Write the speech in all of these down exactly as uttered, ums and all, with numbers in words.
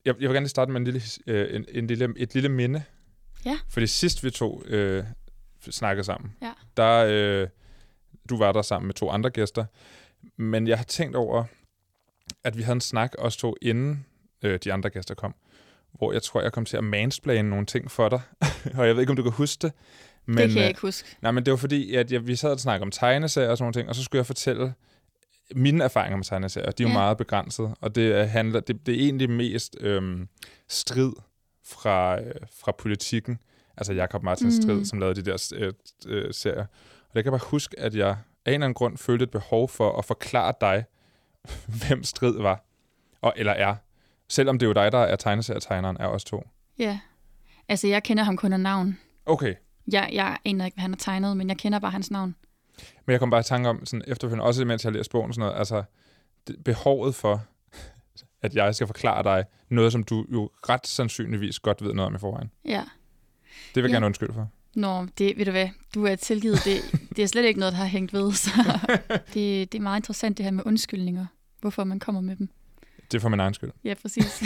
jeg, jeg vil gerne starte med en lille, øh, en, en lille, et lille minde. Ja. Fordi sidst vi to øh, snakkede sammen, Ja. der, øh, du var der sammen med to andre gæster, men jeg har tænkt over, at vi havde en snak, os to, inden øh, de andre gæster kom, hvor jeg tror, jeg kom til at mansplaine nogle ting for dig, og jeg ved ikke, om du kan huske det. Men, det kan jeg ikke huske. Øh, nej, men det var fordi, at jeg, vi sad og snakkede om tegneserier og sådan nogle ting, og så skulle jeg fortælle mine erfaringer med tegneserier. De er jo Ja. meget begrænsede, og det handler, det, det er egentlig mest øhm, strid fra, øh, fra politikken. Altså Jakob Martins Mm. Strid, som lavede de der øh, øh, serier. Og det kan jeg bare huske, at jeg af en eller anden grund følte et behov for at forklare dig, hvem Strid var, og, eller er. Selvom det er jo dig, der er tegneserietegneren af os to. Ja. Altså, jeg kender ham kun af navn. Okay. Jeg, jeg aner ikke, hvad han har tegnet, men jeg kender bare hans navn. Men jeg kom bare i tanke om, sådan efterfølgende, også mens jeg læste bogen og sådan noget, altså det, behovet for, at jeg skal forklare dig noget, som du jo ret sandsynligvis godt ved noget om i forvejen. Ja. Det vil jeg Ja. gerne undskylde for. Nå, det, ved du hvad, du er tilgivet. Det, det er slet ikke noget, der har hængt ved, så det, det er meget interessant, det her med undskyldninger. Hvorfor man kommer med dem. Det er for min egen skyld. Ja, præcis.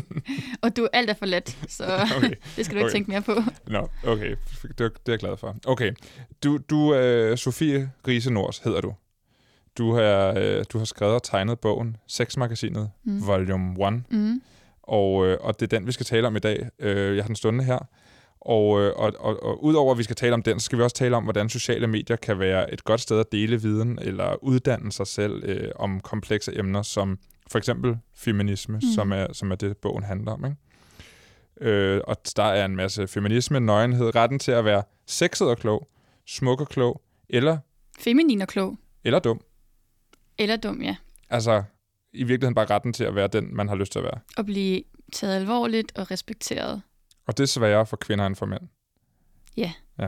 Og du er alt er for let, så Okay. det skal du ikke Okay. tænke mere på. Nå, okay. Det er, det er jeg glad for. Okay. Du, du uh, Sofie Riise Nors hedder du. Du har, uh, du har skrevet og tegnet bogen Sexmagasinet, Mm. volume et. Mm. Og, uh, og det er den, vi skal tale om i dag. Uh, jeg har den stående her. Og, og, og, og udover at vi skal tale om den, så skal vi også tale om, hvordan sociale medier kan være et godt sted at dele viden eller uddanne sig selv øh, om komplekse emner, som for eksempel feminisme, mm. som, er, som er det, bogen handler om. Ikke? Øh, og der er en masse feminisme, nøgenhed, retten til at være sexet og klog, smuk og klog, eller, Feminin og klog. eller dum. Eller dum, ja. Altså i virkeligheden bare retten til at være den, man har lyst til at være. Og blive taget alvorligt og respekteret. Og det er sværere for kvinder end for mænd. Ja. Ja.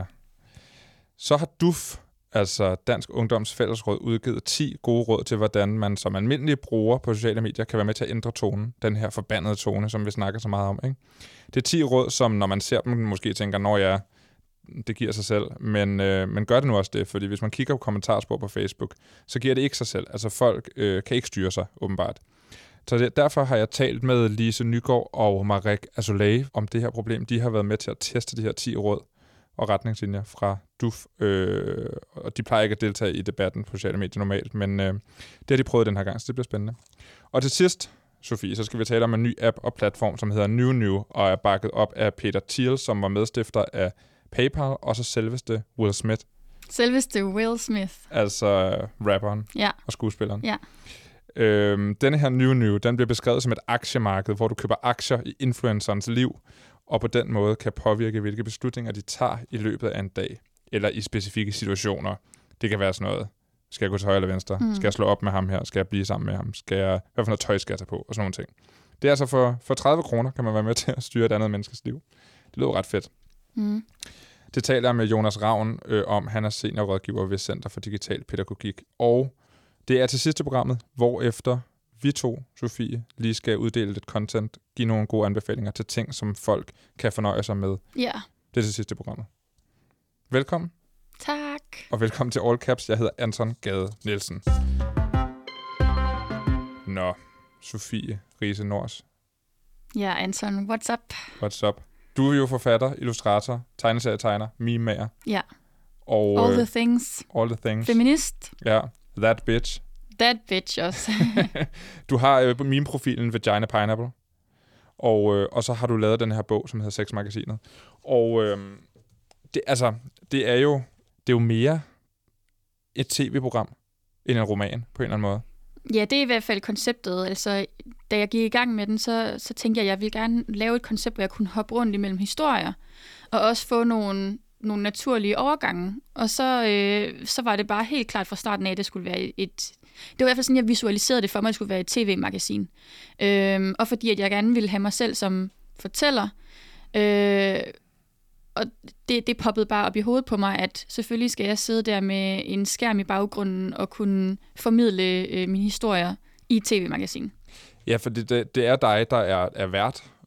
Så har D U F, altså Dansk Ungdoms Fællesråd, udgivet ti gode råd til, hvordan man som almindelig bruger på sociale medier kan være med til at ændre tonen. Den her forbandede tone, som vi snakker så meget om. Ikke? Det er ti råd, som når man ser dem, måske tænker, når jeg det giver sig selv. Men, øh, men gør det nu også det, fordi hvis man kigger på kommentarspor på Facebook, så giver det ikke sig selv. Altså folk øh, kan ikke styre sig, åbenbart. Så det, derfor har jeg talt med Lise Nygaard og Marek Azoulay om det her problem. De har været med til at teste de her ti råd og retningslinjer fra D U F. Øh, og de plejer ikke at deltage i debatten på sociale medier normalt, men øh, det har de prøvet den her gang, så det bliver spændende. Og til sidst, Sofie, så skal vi tale om en ny app og platform, som hedder New New, og er bakket op af Peter Thiel, som var medstifter af PayPal, og så selveste Will Smith. Selveste Will Smith. Altså rapperen Ja. og skuespilleren. Ja. Øhm, denne her New New, den bliver beskrevet som et aktiemarked, hvor du køber aktier i influencerens liv, og på den måde kan påvirke, hvilke beslutninger de tager i løbet af en dag, eller i specifikke situationer. Det kan være sådan noget, skal jeg gå til højre eller venstre? Mm. Skal jeg slå op med ham her? Skal jeg blive sammen med ham? Skal jeg, hvad for noget tøj skal jeg tage på? Og sådan nogle ting. Det er altså for, for tredive kroner, kan man være med til at styre et andet menneskes liv. Det lyder ret fedt. Mm. Det taler jeg med Jonas Ravn øh, om. Han er seniorrådgiver ved Center for Digital Pædagogik. Og det er til sidste programmet, hvorefter vi to, Sofie, lige skal uddele lidt content, give nogle gode anbefalinger til ting, som folk kan fornøje sig med. Ja. Det er til sidste programmet. Velkommen. Tak. Og velkommen til All Caps. Jeg hedder Anton Gade Nielsen. Nå, Sofie Riise Nors. Ja, Anton, what's up? What's up? Du er jo forfatter, illustrator, tegneserietegner, meme-mager. Ja. Og, All øh, the things. all the things. Feminist. Ja, that bitch. That bitch også. Du har øh, meme-profilen Vagina Pineapple. Og, øh, og så har du lavet den her bog, som hedder Sexmagasinet. Og øh, det, altså, det er jo det er jo mere et tv-program end en roman, på en eller anden måde. Ja, det er i hvert fald konceptet. Altså, da jeg gik i gang med den, så, så tænkte jeg, at jeg ville gerne lave et koncept, hvor jeg kunne hoppe rundt imellem historier, og også få nogle, nogle naturlige overgange. Og så, øh, så var det bare helt klart fra starten af, at det skulle være et... Det var i hvert fald sådan, jeg visualiserede det for mig, at det skulle være et tv-magasin. Øh, og fordi at jeg gerne ville have mig selv som fortæller. Øh, og det, det poppede bare op i hovedet på mig, at selvfølgelig skal jeg sidde der med en skærm i baggrunden og kunne formidle øh, mine historier i et tv-magasin. Ja, for det, det, det er dig, der er, er vært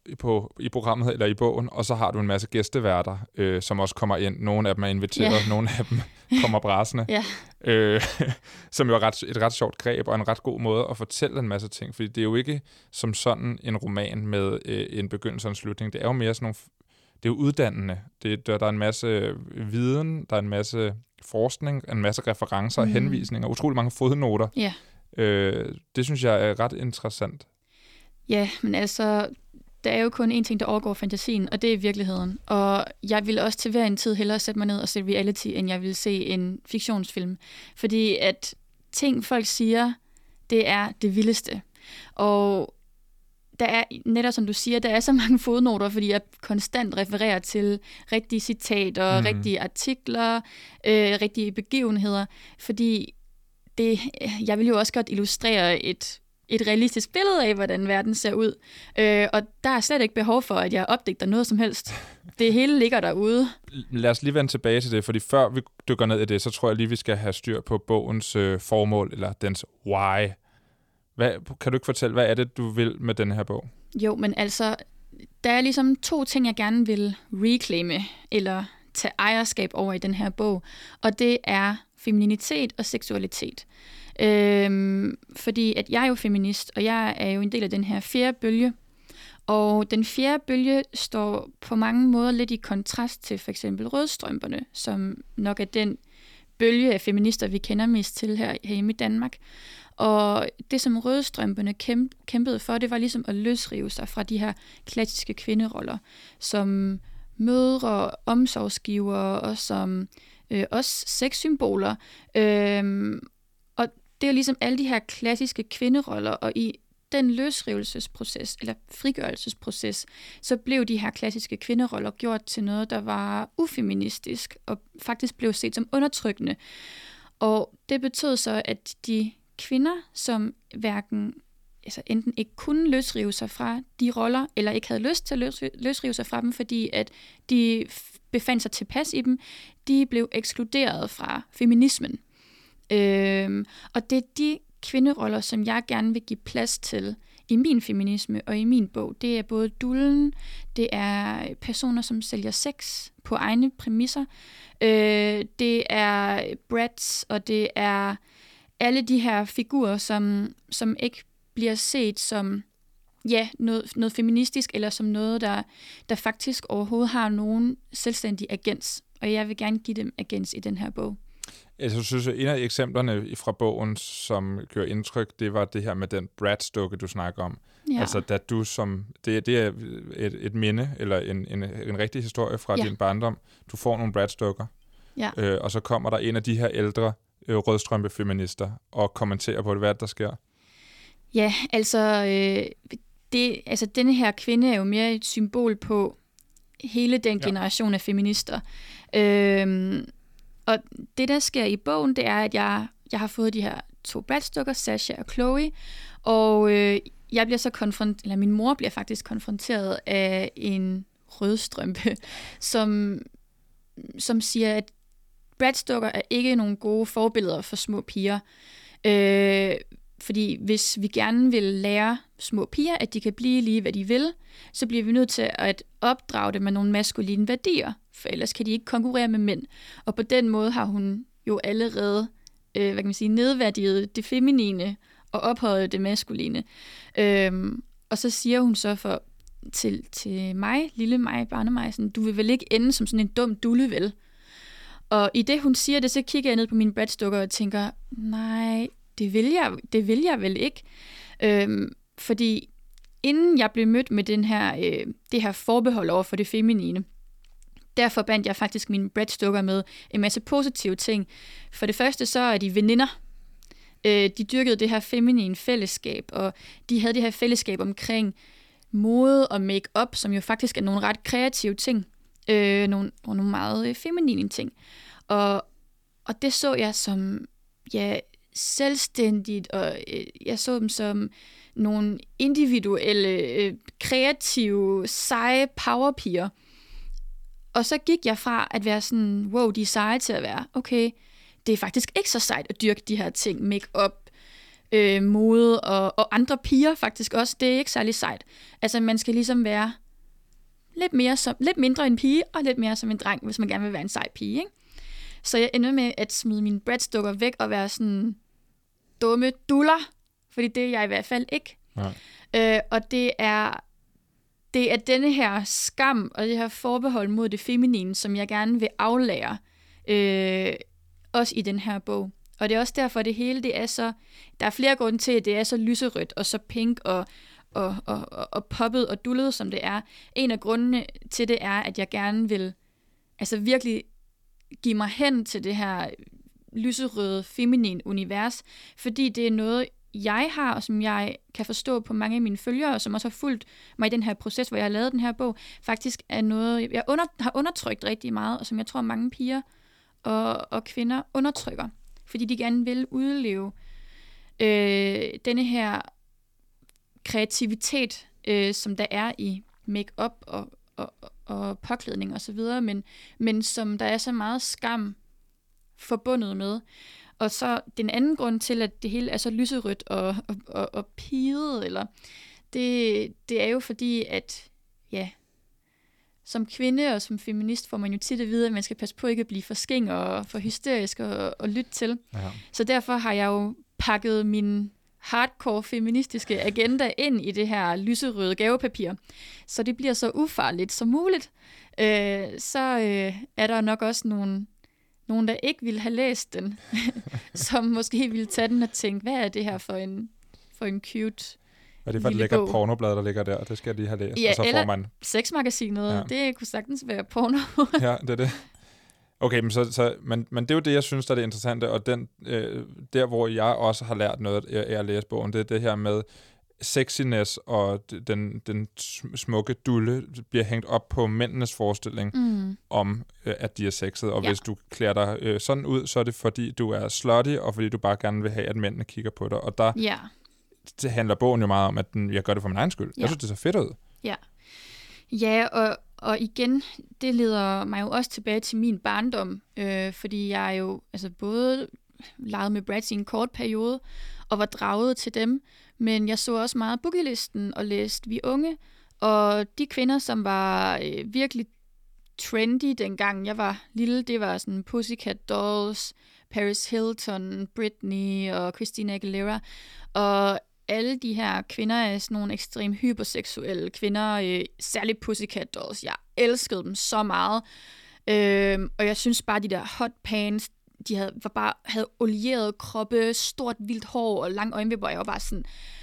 på, i programmet eller i bogen, og så har du en masse gæsteværter, øh, som også kommer ind. Nogle af dem er inviteret, yeah. nogle af dem kommer brasende. Yeah. Øh, som jo er ret, et ret sjovt greb, og en ret god måde at fortælle en masse ting, fordi det er jo ikke som sådan en roman med øh, en begyndelse og en slutning. Det er jo mere sådan nogle... Det er jo uddannende. Det, der, der er en masse viden, der er en masse forskning, en masse referencer og mm. henvisninger, utrolig mange fodnoter. Yeah. Øh, det synes jeg er ret interessant. Ja, men altså, der er jo kun én ting, der overgår fantasien, og det er virkeligheden. Og jeg ville også til hver en tid hellere sætte mig ned og se reality, end jeg ville se en fiktionsfilm. Fordi at ting, folk siger, det er det vildeste. Og der er, netop som du siger, der er så mange fodnoter, fordi jeg konstant refererer til rigtige citater, mm. rigtige artikler, øh, rigtige begivenheder. Fordi det, jeg vil jo også godt illustrere et... et realistisk billede af, hvordan verden ser ud. Øh, og der er slet ikke behov for, at jeg opdigter noget som helst. Det hele ligger derude. Lad os lige vende tilbage til det, fordi før vi dykker ned i det, så tror jeg lige, vi skal have styr på bogens øh, formål, eller dens why. Hvad, kan du ikke fortælle, hvad er det, du vil med den her bog? Jo, men altså, der er ligesom to ting, jeg gerne vil reclaime, eller tage ejerskab over i den her bog, og det er femininitet og seksualitet. Øhm, fordi at jeg er jo feminist, og jeg er jo en del af den her fjerde bølge. Og den fjerde bølge står på mange måder lidt i kontrast til for eksempel rødstrømperne, som nok er den bølge af feminister, vi kender mest til her hjemme i Danmark. Og det, som rødstrømperne kæmp- kæmpede for, det var ligesom at løsrive sig fra de her klassiske kvinderoller, som mødre, omsorgsgivere og som øh, også sexsymboler. Øhm, og det er ligesom alle de her klassiske kvinderoller, og i den løsrivelsesproces, eller frigørelsesproces, så blev de her klassiske kvinderoller gjort til noget, der var ufeministisk, og faktisk blev set som undertrykkende. Og det betød så, at de kvinder, som hverken altså enten ikke kunne løsrive sig fra de roller, eller ikke havde lyst til at løsrive, løsrive sig fra dem, fordi at de befandt sig tilpas i dem, de blev ekskluderet fra feminismen. Øhm, og det er de kvinderoller, som jeg gerne vil give plads til i min feminisme og i min bog. Det er både dullen, det er personer, som sælger sex på egne præmisser, øh, det er brats, og det er alle de her figurer, som, som ikke bliver set som ja, noget, noget feministisk, eller som noget, der, der faktisk overhovedet har nogen selvstændig agens. Og jeg vil gerne give dem agens i den her bog. Jeg synes, at en af eksemplerne fra bogen, som gjorde indtryk, det var det her med den Bratz-dukke, du snakker om. Ja. Altså, da du som... Det, det er et, et minde, eller en, en, en rigtig historie fra ja. din barndom. Du får nogle Bratz-dukker, ja. øh, og så kommer der en af de her ældre øh, rødstrømpe-feminister og kommenterer på det, hvad der sker. Ja, altså, øh, det, altså, denne her kvinde er jo mere et symbol på hele den generation ja. af feminister. Øh, Og det, der sker i bogen, det er, at jeg, jeg har fået de her to Bratz-dukker, Sasha og Chloe, og øh, jeg bliver så konfronteret, eller min mor bliver faktisk konfronteret af en rødstrømpe, som, som siger, at Bratz-dukker er ikke nogle gode forbilleder for små piger. Øh, fordi hvis vi gerne vil lære små piger, at de kan blive lige, hvad de vil, så bliver vi nødt til at opdrage dem med nogle maskuline værdier, for ellers kan de ikke konkurrere med mænd. Og på den måde har hun jo allerede øh, hvad kan man sige, nedværdiget det feminine og ophøjet det maskuline. Øhm, og så siger hun så for, til, til mig, lille mig, barne mig, sådan, du vil vel ikke ende som sådan en dum dulle, vel? Og i det, hun siger det, så kigger jeg ned på mine Bratz-dukker og tænker, nej, det vil jeg, det vil jeg vel ikke. Øhm, fordi inden jeg blev mødt med den her, øh, det her forbehold over for det feminine, der forbandt jeg faktisk mine Bratz-dukker med en masse positive ting. For det første, så er de veninder. Øh, de dyrkede det her feminine fællesskab, og de havde det her fællesskab omkring mode og make-up, som jo faktisk er nogle ret kreative ting. Øh, nogle, og nogle meget feminine ting. Og, og det så jeg som ja, selvstændigt, og øh, jeg så dem som nogle individuelle, øh, kreative, seje powerpiger. Og så gik jeg fra at være sådan, wow, de er seje til at være, okay, det er faktisk ikke så sejt at dyrke de her ting, make-up, øh, mode og, og andre piger faktisk også. Det er ikke særlig sejt. Altså, man skal ligesom være lidt, mere som, lidt mindre en pige, og lidt mere som en dreng, hvis man gerne vil være en sej pige, ikke? Så jeg ender med at smide mine Bratz-dukker væk og være sådan dumme duller, fordi det er jeg i hvert fald ikke. Ja. Øh, og det er, det er denne her skam og det her forbehold mod det feminine, som jeg gerne vil aflære, øh, også i den her bog. Og det er også derfor, at det hele, det er så, der er flere grunde til, at det er så lyserødt og så pink og, og, og, og, og poppet og dullet, som det er. En af grundene til det er, at jeg gerne vil altså virkelig give mig hen til det her lyserøde, feminine univers, fordi det er noget, jeg har, og som jeg kan forstå på mange af mine følgere, som også har fulgt mig i den her proces, hvor jeg har lavet den her bog, faktisk er noget, jeg under, har undertrykt rigtig meget, og som jeg tror, mange piger og, og kvinder undertrykker, fordi de gerne vil udleve øh, denne her kreativitet, øh, som der er i make-up og, og, og påklædning og så videre, men, men som der er så meget skam forbundet med. Og så den anden grund til, at det hele er så lyserødt og, og, og, og piget, eller det, det er jo fordi, at ja, som kvinde og som feminist får man jo tit at vide, at man skal passe på ikke at blive for sking og for hysterisk og, og lytte til. Ja. Så derfor har jeg jo pakket min hardcore feministiske agenda ind i det her lyserøde gavepapir, så det bliver så ufarligt som muligt. Øh, så øh, er der nok også nogle Nogen, der ikke ville have læst den, som måske ville tage den og tænke, hvad er det her for en, for en cute og det er for et lækkert pornoblad, der ligger der, det skal jeg lige have læst. Ja, og så eller får man sexmagasinet, ja. Det kunne sagtens være porno. Ja, det er det. Okay, men, så, så, men, men det er jo det, jeg synes, der er det interessante, og den, øh, der, hvor jeg også har lært noget af at læse bogen, det er det her med sexiness og den, den smukke dulle bliver hængt op på mændenes forestilling mm. om, øh, at de er sexet. Og ja. Hvis du klæder dig øh, sådan ud, så er det fordi, du er slutty, og fordi du bare gerne vil have, at mændene kigger på dig. Og der ja. det handler bogen jo meget om, at den, jeg gør det for min egen skyld. Ja. Jeg synes, det ser fedt ud. Ja, ja og, og igen, det leder mig jo også tilbage til min barndom, øh, fordi jeg jo altså både legede med Bratz i en kort periode, og var draget til dem, men jeg så også meget Boogie-listen og læste Vi Unge, og de kvinder, som var øh, virkelig trendy dengang jeg var lille, det var sådan Pussycat Dolls, Paris Hilton, Britney og Christina Aguilera, og alle de her kvinder er sådan nogle ekstremt hyperseksuelle kvinder, øh, særligt Pussycat Dolls. Jeg elskede dem så meget, øh, og jeg synes bare, de der hot pants, de havde, var bare, havde olieret kroppe, stort vildt hår og lang øjenvipper, og jeg var bare sådan,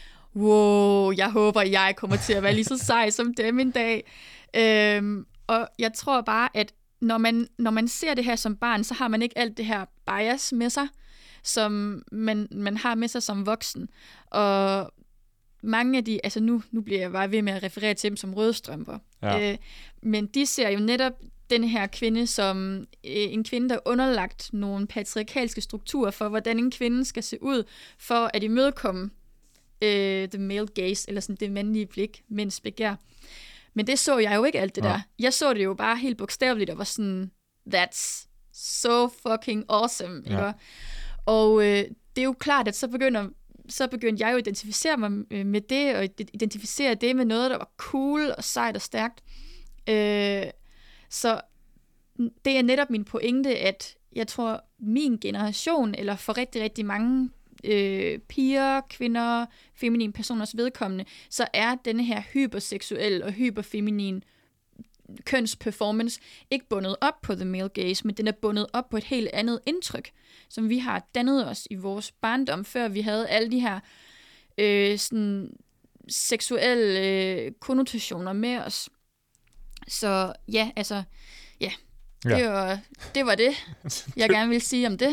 wow, jeg håber, jeg kommer til at være lige så sej som dem en dag. Øhm, og jeg tror bare, at når man, når man ser det her som barn, så har man ikke alt det her bias med sig, som man, man har med sig som voksen. Og mange af de, altså nu, nu bliver jeg bare ved med at referere til dem som rødstrømper, ja. øh, men de ser jo netop den her kvinde som øh, en kvinde, der er underlagt nogle patriarkalske strukturer for, hvordan en kvinde skal se ud, for at imødekomme øh, the male gaze, eller sådan det mandlige blik, mænds begær. Men det så jeg jo ikke alt det ja. der. Jeg så det jo bare helt bogstaveligt, og var sådan, that's so fucking awesome. Ja. Ikke? Og øh, det er jo klart, at så begynder så begyndte jeg jo at identificere mig med det, og identificere det med noget, der var cool og sejt og stærkt. Øh, Så det er netop min pointe, at jeg tror, min generation, eller for rigtig, rigtig mange øh, piger, kvinder, feminine personers vedkommende, så er denne her hyperseksuel og hyperfeminin kønsperformance ikke bundet op på the male gaze, men den er bundet op på et helt andet indtryk, som vi har dannet os i vores barndom, før vi havde alle de her øh, sådan seksuelle øh, konnotationer med os. Så ja, altså, ja, det, ja. Var, det var det, jeg gerne ville sige om det.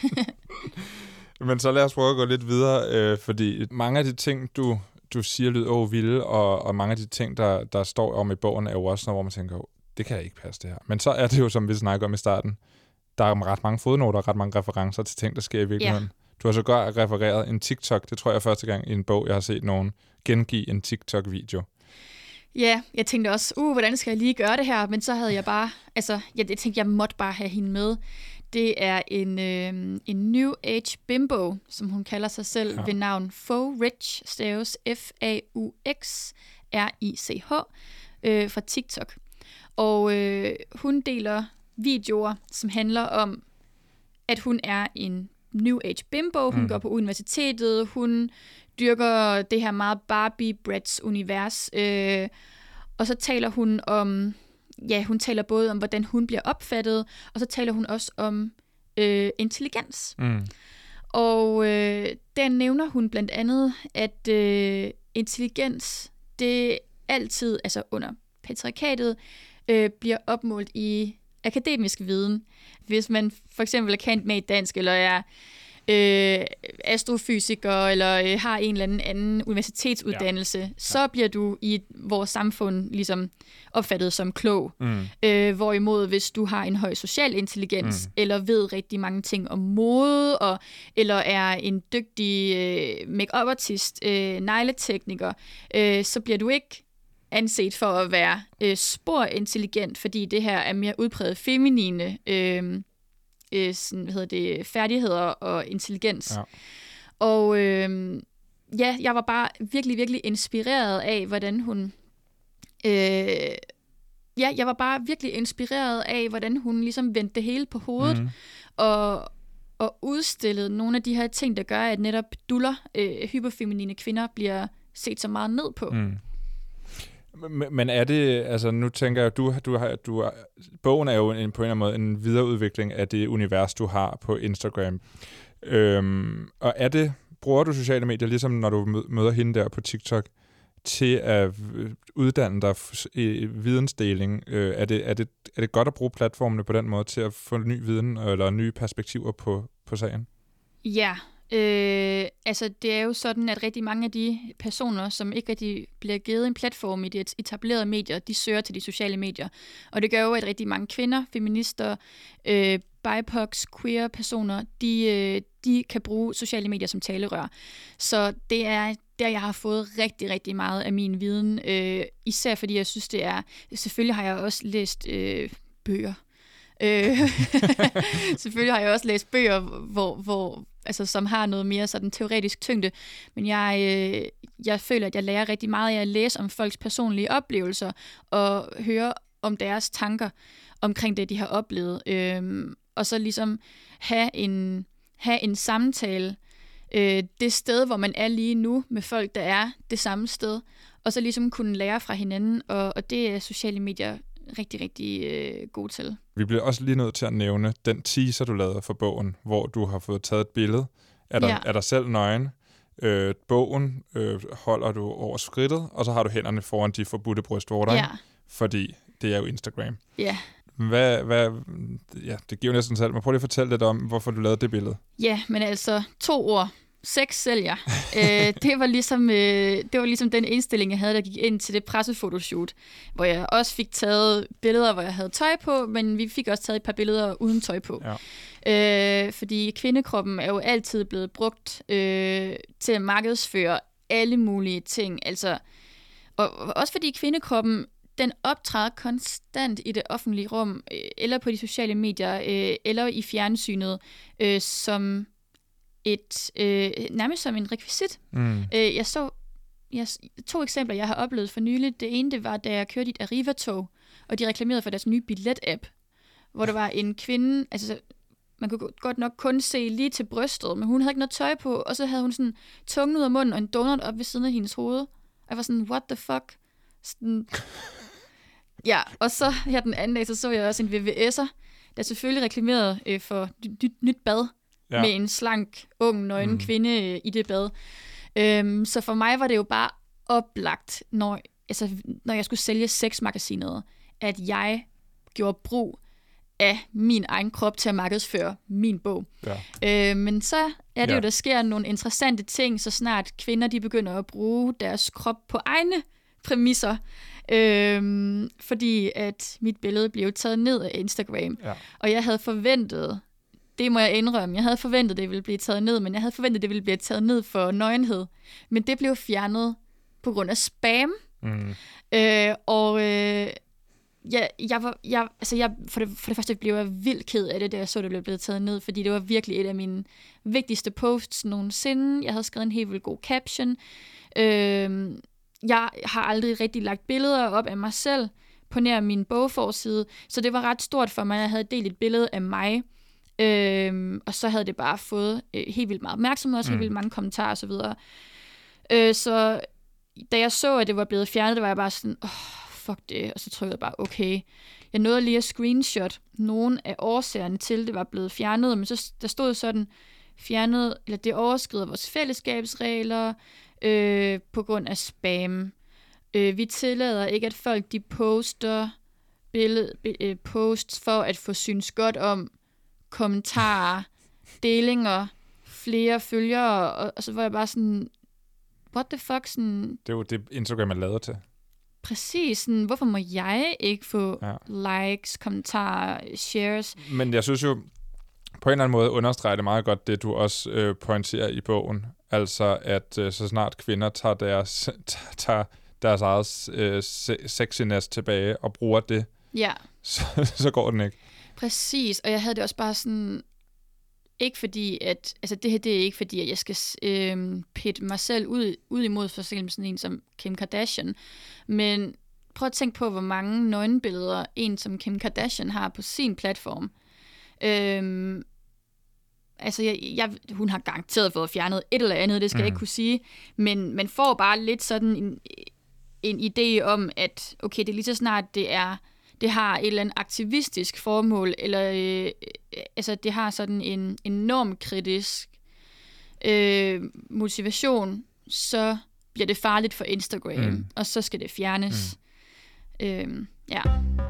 Men så lad os prøve at gå lidt videre, øh, fordi mange af de ting, du, du siger, lyder åh vilde, og, og mange af de ting, der, der står om i bogen, er jo også noget, hvor man tænker, det kan ikke passe det her. Men så er det jo, som vi snakker om i starten, der er ret mange fodnoter, ret mange referencer til ting, der sker i virkeligheden. Ja. Du har så godt refereret en TikTok, det tror jeg er første gang i en bog, jeg har set nogen gengive en TikTok-video. Ja, jeg tænkte også, uh, hvordan skal jeg lige gøre det her? Men så havde jeg bare, altså, jeg, jeg tænkte, jeg måtte bare have hende med. det er en, øh, en New Age bimbo, som hun kalder sig selv ja. ved navn Faux Rich, staves F A U X R I C H, øh, fra TikTok. Og øh, hun deler videoer, som handler om, at hun er en New Age bimbo, hun mm. går på universitetet, hun dyrker det her meget Barbie-Bratz-univers, øh, og så taler hun om, ja, hun taler både om, hvordan hun bliver opfattet, og så taler hun også om øh, intelligens. Mm. Og øh, der nævner hun blandt andet, at øh, intelligens, det altid, altså under patriarkatet, øh, bliver opmålt i akademisk viden. Hvis man for eksempel er kendt med i dansk, eller er øh, astrofysiker, eller øh, har en eller anden, anden universitetsuddannelse, ja. så ja. bliver du i vores samfund ligesom opfattet som klog. Mm. Øh, hvorimod hvis du har en høj social intelligens, mm. eller ved rigtig mange ting om mode, og, eller er en dygtig øh, make-up-artist, øh, negletekniker, øh, så bliver du ikke anset for at være øh, spor intelligent, fordi det her er mere udpræget feminine øh, øh, sådan, hvad hedder det, færdigheder og intelligens. Ja. Og øh, ja, jeg var bare virkelig, virkelig inspireret af, hvordan hun... Øh, ja, jeg var bare virkelig inspireret af, hvordan hun ligesom vendte det hele på hovedet, mm. og, og udstillede nogle af de her ting, der gør, at netop duller, øh, hyperfeminine kvinder bliver set så meget ned på. Mm. Men er det, altså nu tænker jeg, du, du har, du har, bogen er jo en, på en eller anden måde en videreudvikling af det univers, du har på Instagram. Øhm, og er det, bruger du sociale medier, ligesom når du møder hende der på TikTok, til at uddanne dig i vidensdeling? Øh, er, det, er, det, er det godt at bruge platformene på den måde til at få ny viden eller nye perspektiver på, på sagen? Ja, Øh, altså det er jo sådan, at rigtig mange af de personer, som ikke rigtig bliver givet en platform i de etablerede medier, de søger til de sociale medier. Og det gør jo, at rigtig mange kvinder, feminister, øh, B I P O C's, queer personer, de, øh, de kan bruge sociale medier som talerør. Så det er der, jeg har fået rigtig, rigtig meget af min viden. Øh, især fordi jeg synes, det er... Selvfølgelig har jeg også læst øh, bøger. Øh, selvfølgelig har jeg også læst bøger, hvor... hvor altså som har noget mere sådan teoretisk tyngde, men jeg, øh, jeg føler, at jeg lærer rigtig meget af at læse om folks personlige oplevelser, og høre om deres tanker omkring det, de har oplevet, øhm, og så ligesom have en, have en samtale, øh, det sted, hvor man er lige nu, med folk, der er det samme sted, og så ligesom kunne lære fra hinanden, og, og det er sociale medier rigtig, rigtig øh, god til. Vi bliver også lige nødt til at nævne den teaser, du lavede for bogen, hvor du har fået taget et billede af dig, ja. af dig selv nøgen. Øh, bogen øh, holder du over skridtet, og så har du hænderne foran de forbudte brystvorter, ja. fordi det er jo Instagram. Ja. Hvad, hvad, ja, det giver jo næsten selv, men prøv lige at fortælle lidt om, hvorfor du lavede det billede. Ja, men altså to ord. Sex sælger. øh, det, var ligesom, øh, det var ligesom den indstilling, jeg havde, der gik ind til det pressefotoshoot, hvor jeg også fik taget billeder, hvor jeg havde tøj på, men vi fik også taget et par billeder uden tøj på. Ja. Øh, fordi kvindekroppen er jo altid blevet brugt øh, til at markedsføre alle mulige ting. Altså, og også fordi kvindekroppen, den optræder konstant i det offentlige rum, øh, eller på de sociale medier, øh, eller i fjernsynet, øh, som et øh, nærmest som en rekvisit. Mm. Øh, jeg så jeg, to eksempler, jeg har oplevet for nylig. Det ene, det var, da jeg kørte i et Arriva-tog, og de reklamerede for deres nye billet-app, hvor der var en kvinde, altså man kunne godt nok kun se lige til brystet, men hun havde ikke noget tøj på, og så havde hun sådan tungen ud af munden og en donut op ved siden af hendes hoved. Jeg var sådan, what the fuck? Sådan, ja, og så her den anden dag, så så jeg også en V V S'er, der selvfølgelig reklamerede øh, for nyt, nyt bad, ja. med en slank, ung, nøgen mm. kvinde i det bad. Øhm, så for mig var det jo bare oplagt, når, altså, når jeg skulle sælge sexmagasinet, at jeg gjorde brug af min egen krop til at markedsføre min bog. Ja. Øh, men så er det ja. jo, der sker nogle interessante ting, så snart kvinder de begynder at bruge deres krop på egne præmisser. Øhm, fordi at mit billede blev taget ned af Instagram. Ja. Og jeg havde forventet, det må jeg indrømme, jeg havde forventet, det ville blive taget ned, men jeg havde forventet, det ville blive taget ned for nøgenhed. Men det blev fjernet på grund af spam. Mm. Øh, og øh, jeg, jeg var, jeg, altså jeg, for, det, for det første blev jeg vildt ked af det, da jeg så, det blev blevet taget ned, fordi det var virkelig et af mine vigtigste posts nogensinde. Jeg havde skrevet en helt vildt god caption. Øh, jeg har aldrig rigtig lagt billeder op af mig selv på nær min bogforside, så det var ret stort for mig, at jeg havde delt et billede af mig, øh, og så havde det bare fået øh, helt vildt meget opmærksomhed, også mm. helt vildt mange kommentarer osv. Øh, så da jeg så, at det var blevet fjernet, det var jeg bare sådan, åh, oh, fuck det, og så trykkede jeg bare, okay. Jeg nåede lige at screenshot nogle af årsagerne til, det var blevet fjernet, men så der stod sådan, fjernet, eller det overskrider vores fællesskabsregler øh, på grund af spam. Øh, vi tillader ikke, at folk de poster billed, øh, posts for at få synes godt om kommentarer, delinger, flere følgere, og, og så var jeg bare sådan, what the fuck? Sådan, det er jo det, Instagram er lavet til. Præcis. Sådan, hvorfor må jeg ikke få ja. likes, kommentarer, shares? Men jeg synes jo, på en eller anden måde understreger det meget godt, det du også øh, pointerer i bogen. Altså, at øh, så snart kvinder tager deres, tager deres eget øh, sexiness tilbage og bruger det, ja. så, så går den ikke. Præcis. Og jeg havde det også bare sådan, ikke fordi, at, altså det her, det er ikke fordi, at jeg skal øh, pitte mig selv ud, ud imod for eksempel sådan en som Kim Kardashian, men prøv at tænke på, hvor mange nøgenbilleder en som Kim Kardashian har på sin platform. Øh, altså, jeg, jeg, hun har garanteret fået fjernet et eller andet, det skal mm. jeg ikke kunne sige, men man får bare lidt sådan en, en idé om, at okay, det er lige så snart det er det har et eller andet aktivistisk formål, eller øh, altså det har sådan en enorm kritisk øh, motivation, så bliver det farligt for Instagram, mm. og så skal det fjernes. Mm. Øh, ja.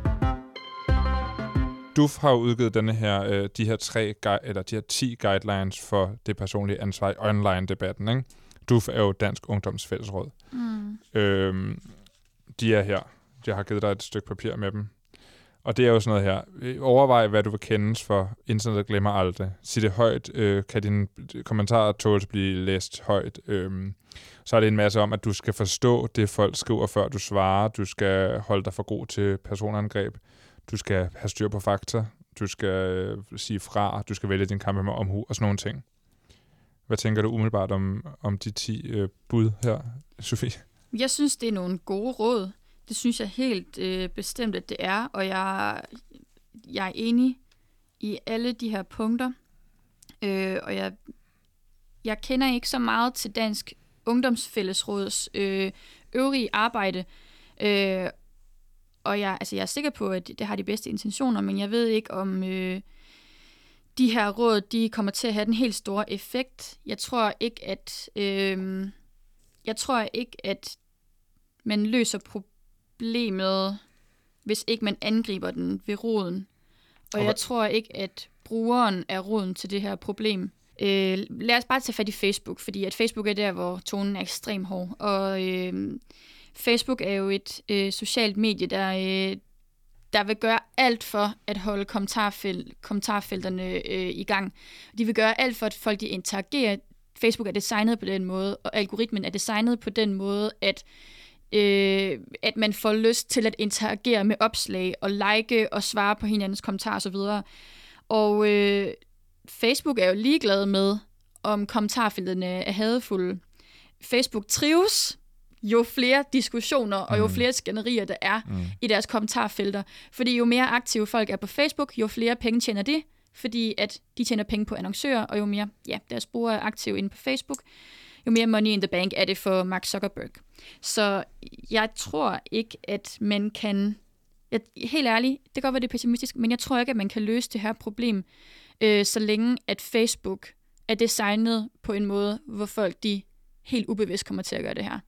D U F har udgivet denne her, øh, de her tre eller de her ti guidelines for det personlige ansvar i online-debatten. Ikke? D U F er jo Dansk Ungdoms Fællesråd. Mm. Øh, de er her. Jeg har givet dig et stykke papir med dem. Og det er jo sådan noget her. Overvej, hvad du vil kendes for. Internettet glemmer aldrig. Sig det højt. Øh, kan dine kommentarer tåles blive læst højt? Øh, så er det en masse om, at du skal forstå det, folk skriver, før du svarer. Du skal holde dig for god til personangreb. Du skal have styr på fakta. Du skal øh, sige fra. Du skal vælge din kamp med omhu og sådan nogle ting. Hvad tænker du umiddelbart om, om de ti øh, bud her, Sofie? Jeg synes, det er nogle gode råd. Det synes jeg helt øh, bestemt, at det er, og jeg, jeg er enig i alle de her punkter. Øh, og jeg, jeg kender ikke så meget til Dansk Ungdomsfællesråds øh, øvrige arbejde, øh, og jeg, altså jeg er sikker på, at det har de bedste intentioner, men jeg ved ikke, om øh, de her råd de kommer til at have den helt store effekt. Jeg tror ikke, at øh, jeg tror ikke, at man løser problemer problemet, hvis ikke man angriber den ved roden. Og okay. Jeg tror ikke, at brugeren er roden til det her problem. Øh, lad os bare tage fat i Facebook, fordi at Facebook er der, hvor tonen er ekstremt hård. Og øh, Facebook er jo et øh, socialt medie, der, øh, der vil gøre alt for at holde kommentarfelt, kommentarfelterne øh, i gang. De vil gøre alt for, at folk de interagerer. Facebook er designet på den måde, og algoritmen er designet på den måde, at Øh, at man får lyst til at interagere med opslag og like og svare på hinandens kommentarer osv. Og, og øh, Facebook er jo ligeglad med, om kommentarfelterne er hadefulde. Facebook trives, jo flere diskussioner og jo flere skænderier der er mm. i deres kommentarfelter. Fordi jo mere aktive folk er på Facebook, jo flere penge tjener de, fordi at de tjener penge på annoncører, og jo mere ja, deres brugere er aktive inde på Facebook, jo mere money in the bank er det for Mark Zuckerberg. Så jeg tror ikke, at man kan... Jeg, helt ærligt, det kan godt være, det er pessimistisk, men jeg tror ikke, at man kan løse det her problem, øh, så længe at Facebook er designet på en måde, hvor folk de helt ubevidst kommer til at gøre det her.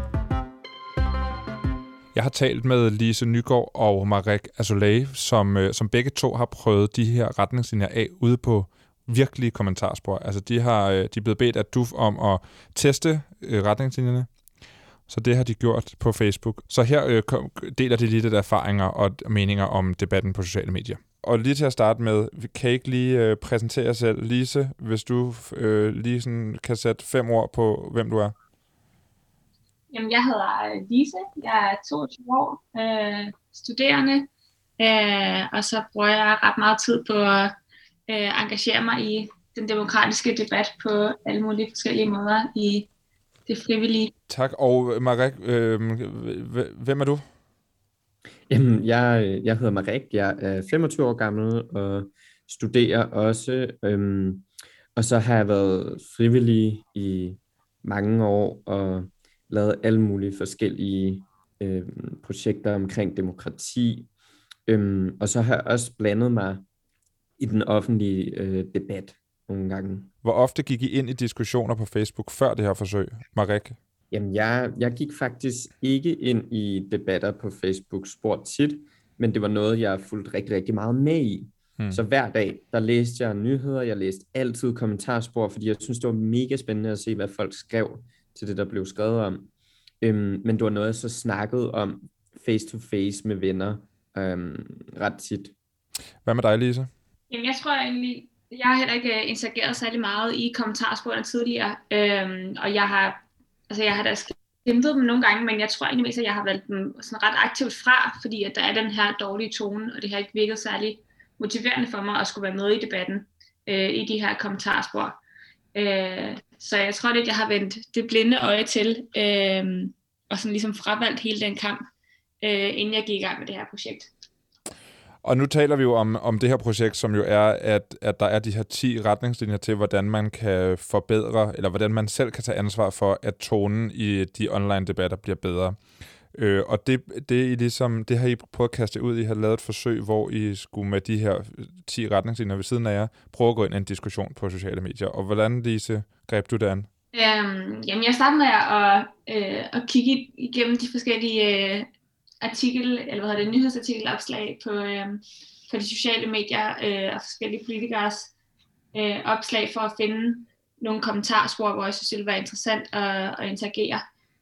Jeg har talt med Lise Nygaard og Marek Azoulay, som, øh, som begge to har prøvet de her retningslinjer af ude på virkelige kommentarspor. Altså de har de er blevet bedt af D U F om at teste øh, retningslinjerne, så det har de gjort på Facebook. Så her øh, kom, deler de lidt af erfaringer og meninger om debatten på sociale medier. Og lige til at starte med, kan I ikke lige øh, præsentere jer selv? Lise, hvis du øh, lige sådan kan sætte fem ord på, hvem du er. Jamen, jeg hedder Lise. Jeg er toogtyve år, øh, studerende Øh, og så bruger jeg ret meget tid på at øh, engagere mig i den demokratiske debat på alle mulige forskellige måder i det frivillige. Tak. Og Marek, øh, hvem er du? Jamen, jeg, jeg hedder Marek, jeg er femogtyve år gammel og studerer også. Øhm, og så har jeg været frivillig i mange år og lavet alle mulige forskellige øhm, projekter omkring demokrati. Øhm, og så har jeg også blandet mig i den offentlige øh, debat nogle gange. Hvor ofte gik I ind i diskussioner på Facebook før det her forsøg, Marek? Jamen, jeg, jeg gik faktisk ikke ind i debatter på Facebook sport tit, men det var noget, jeg fulgte rigtig, rigtig meget med i. Hmm. Så hver dag, der læste jeg nyheder, jeg læste altid kommentarspor, fordi jeg synes, det var mega spændende at se, hvad folk skrev til det, der blev skrevet om. Øhm, men det var noget, jeg så snakkede om face to face med venner øhm, ret tit. Hvad med dig, Lise? Jamen, jeg tror egentlig, jeg har heller ikke interageret særlig meget i kommentarsporene tidligere, øhm, og jeg har Altså, jeg har da skimtet dem nogle gange, men jeg tror egentlig mest, at jeg har valgt dem sådan ret aktivt fra, fordi at der er den her dårlige tone, og det har ikke virket særlig motiverende for mig at skulle være med i debatten øh, i de her kommentarspor. Øh, så jeg tror lidt, at jeg har vendt det blinde øje til, øh, og sådan ligesom fravalgt hele den kamp, øh, inden jeg gik i gang med det her projekt. Og nu taler vi jo om, om det her projekt, som jo er, at, at der er de her ti retningslinjer til, hvordan man kan forbedre, eller hvordan man selv kan tage ansvar for, at tonen i de online debatter bliver bedre. Øh, og det, det, I ligesom, det har I prøvet at kaste ud. I har lavet et forsøg, hvor I skulle med de her ti retningslinjer ved siden af jer, prøve at gå ind i en diskussion på sociale medier. Og hvordan, Lise, greb du det an? Um, jamen, jeg startede med at, øh, at kigge igennem de forskellige øh, artikel, eller hvad hedder det, nyhedsartikelopslag på, øh, på de sociale medier øh, og forskellige politikers øh, opslag for at finde nogle kommentarspor, hvor jeg synes, det ville være interessant at, at interagere.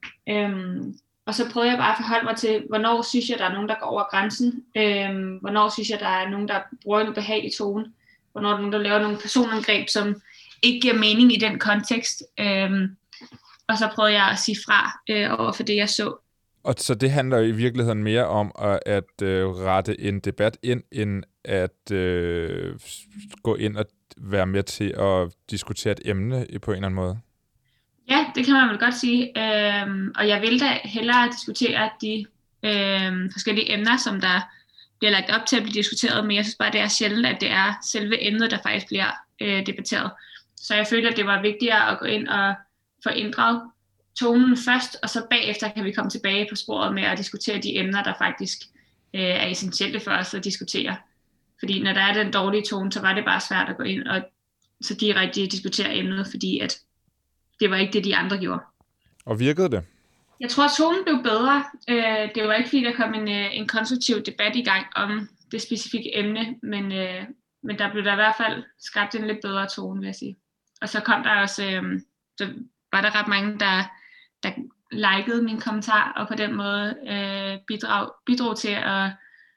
Øhm, og så prøvede jeg bare at forholde mig til, hvornår synes jeg, der er nogen, der går over grænsen, øhm, hvornår synes jeg, der er nogen, der bruger en ubehagelig tone, hvornår der er nogen, der laver nogle personangreb, som ikke giver mening i den kontekst. Øhm, og så prøvede jeg at sige fra øh, over for det, jeg så. Og så det handler jo i virkeligheden mere om at, at øh, rette en debat ind, end at øh, gå ind og være med til at diskutere et emne på en eller anden måde. Ja, det kan man vel godt sige. Øhm, og jeg vil da hellere diskutere de øhm, forskellige emner, som der bliver lagt op til at blive diskuteret, men jeg synes bare, det er sjældent, at det er selve emnet, der faktisk bliver øh, debatteret. Så jeg føler, at det var vigtigere at gå ind og få inddraget tonen først, og så bagefter kan vi komme tilbage på sporet med at diskutere de emner, der faktisk øh, er essentielle for os at diskutere. Fordi når der er den dårlige tone, så var det bare svært at gå ind og så direkte diskutere emnet, fordi at det var ikke det, de andre gjorde. Og virkede det? Jeg tror, at tonen blev bedre. Øh, det var ikke, fordi der kom en, en konstruktiv debat i gang om det specifikke emne, men, øh, men der blev der i hvert fald skabt en lidt bedre tone, vil jeg sige. Og så kom der også, øh, så var der ret mange, der, der likede min kommentar, og på den måde øh, bidrog, bidrog til at,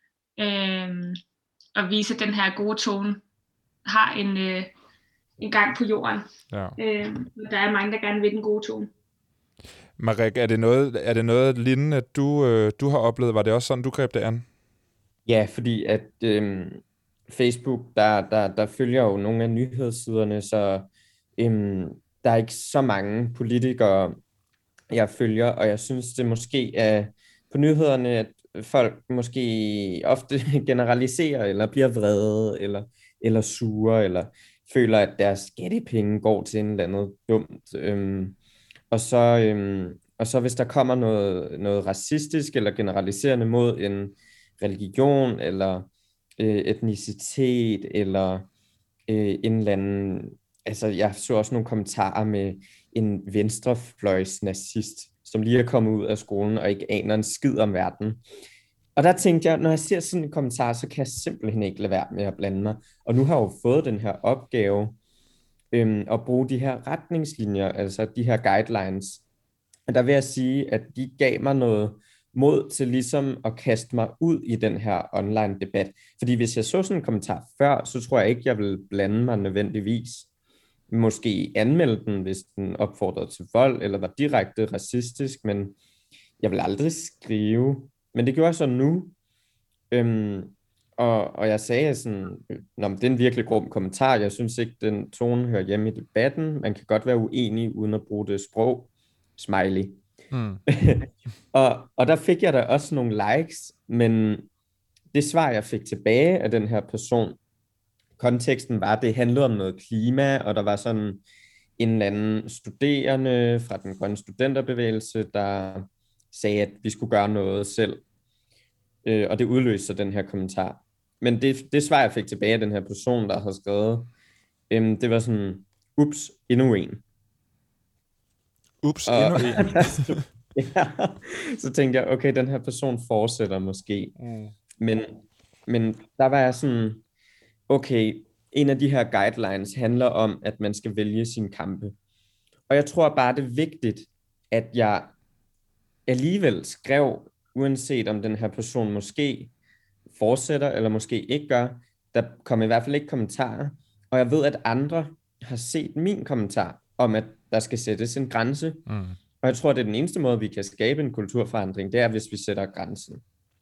øh, at vise, at den her gode tone har en, øh, en gang på jorden. Ja. Øh, der er mange, der gerne vil den gode tone. Marek, er det noget, er det noget lignende, du, øh, du har oplevet? Var det også sådan, du greb det an? Ja, fordi at øh, Facebook, der, der, der følger jo nogle af nyhedssiderne, så øh, der er ikke så mange politikere, jeg følger, og jeg synes, det måske er på nyhederne, at folk måske ofte generaliserer, eller bliver vrede, eller, eller sure, eller føler, at deres skattepenge går til en eller andet dumt. Øhm, og, så, øhm, og så hvis der kommer noget, noget racistisk eller generaliserende mod en religion, eller øh, etnicitet, eller øh, en eller anden... Altså, jeg så også nogle kommentarer med en venstrefløjs nazist, som lige er kommet ud af skolen og ikke aner en skid om verden. Og der tænkte jeg, når jeg ser sådan en kommentar, så kan jeg simpelthen ikke lade være med at blande mig. Og nu har jeg jo fået den her opgave øhm, at bruge de her retningslinjer, altså de her guidelines. Og der vil jeg sige, at de gav mig noget mod til ligesom at kaste mig ud i den her online debat. Fordi hvis jeg så sådan en kommentar før, så tror jeg ikke, jeg ville blande mig nødvendigvis. Måske anmelde den, hvis den opfordrede til vold, eller var direkte racistisk, men jeg vil aldrig skrive. Men det gjorde jeg så nu. Øhm, Og, og jeg sagde sådan, Nå, men det er en virkelig grum kommentar, jeg synes ikke, den tone hører hjemme i debatten, man kan godt være uenig, uden at bruge det sprog, smiley. Mm. og, og der fik jeg da også nogle likes, men det svar, jeg fik tilbage af den her person, konteksten var, at det handlede om noget klima, og der var sådan en eller anden studerende fra den grønne studenterbevægelse, der sagde, at vi skulle gøre noget selv. Øh, og det udløste den her kommentar. Men det, det svar, jeg fik tilbage af den her person, der havde skrevet, øhm, det var sådan, ups, endnu en. Ups, og, endnu en. ja, så tænkte jeg, okay, den her person fortsætter måske. Mm. Men, men der var jeg sådan, okay, en af de her guidelines handler om, at man skal vælge sin kampe. Og jeg tror bare, det er vigtigt, at jeg alligevel skrev, uanset om den her person måske fortsætter, eller måske ikke gør, der kom i hvert fald ikke kommentarer. Og jeg ved, at andre har set min kommentar om, at der skal sættes en grænse. Mm. Og jeg tror, det er den eneste måde, vi kan skabe en kulturforandring, det er, hvis vi sætter grænsen.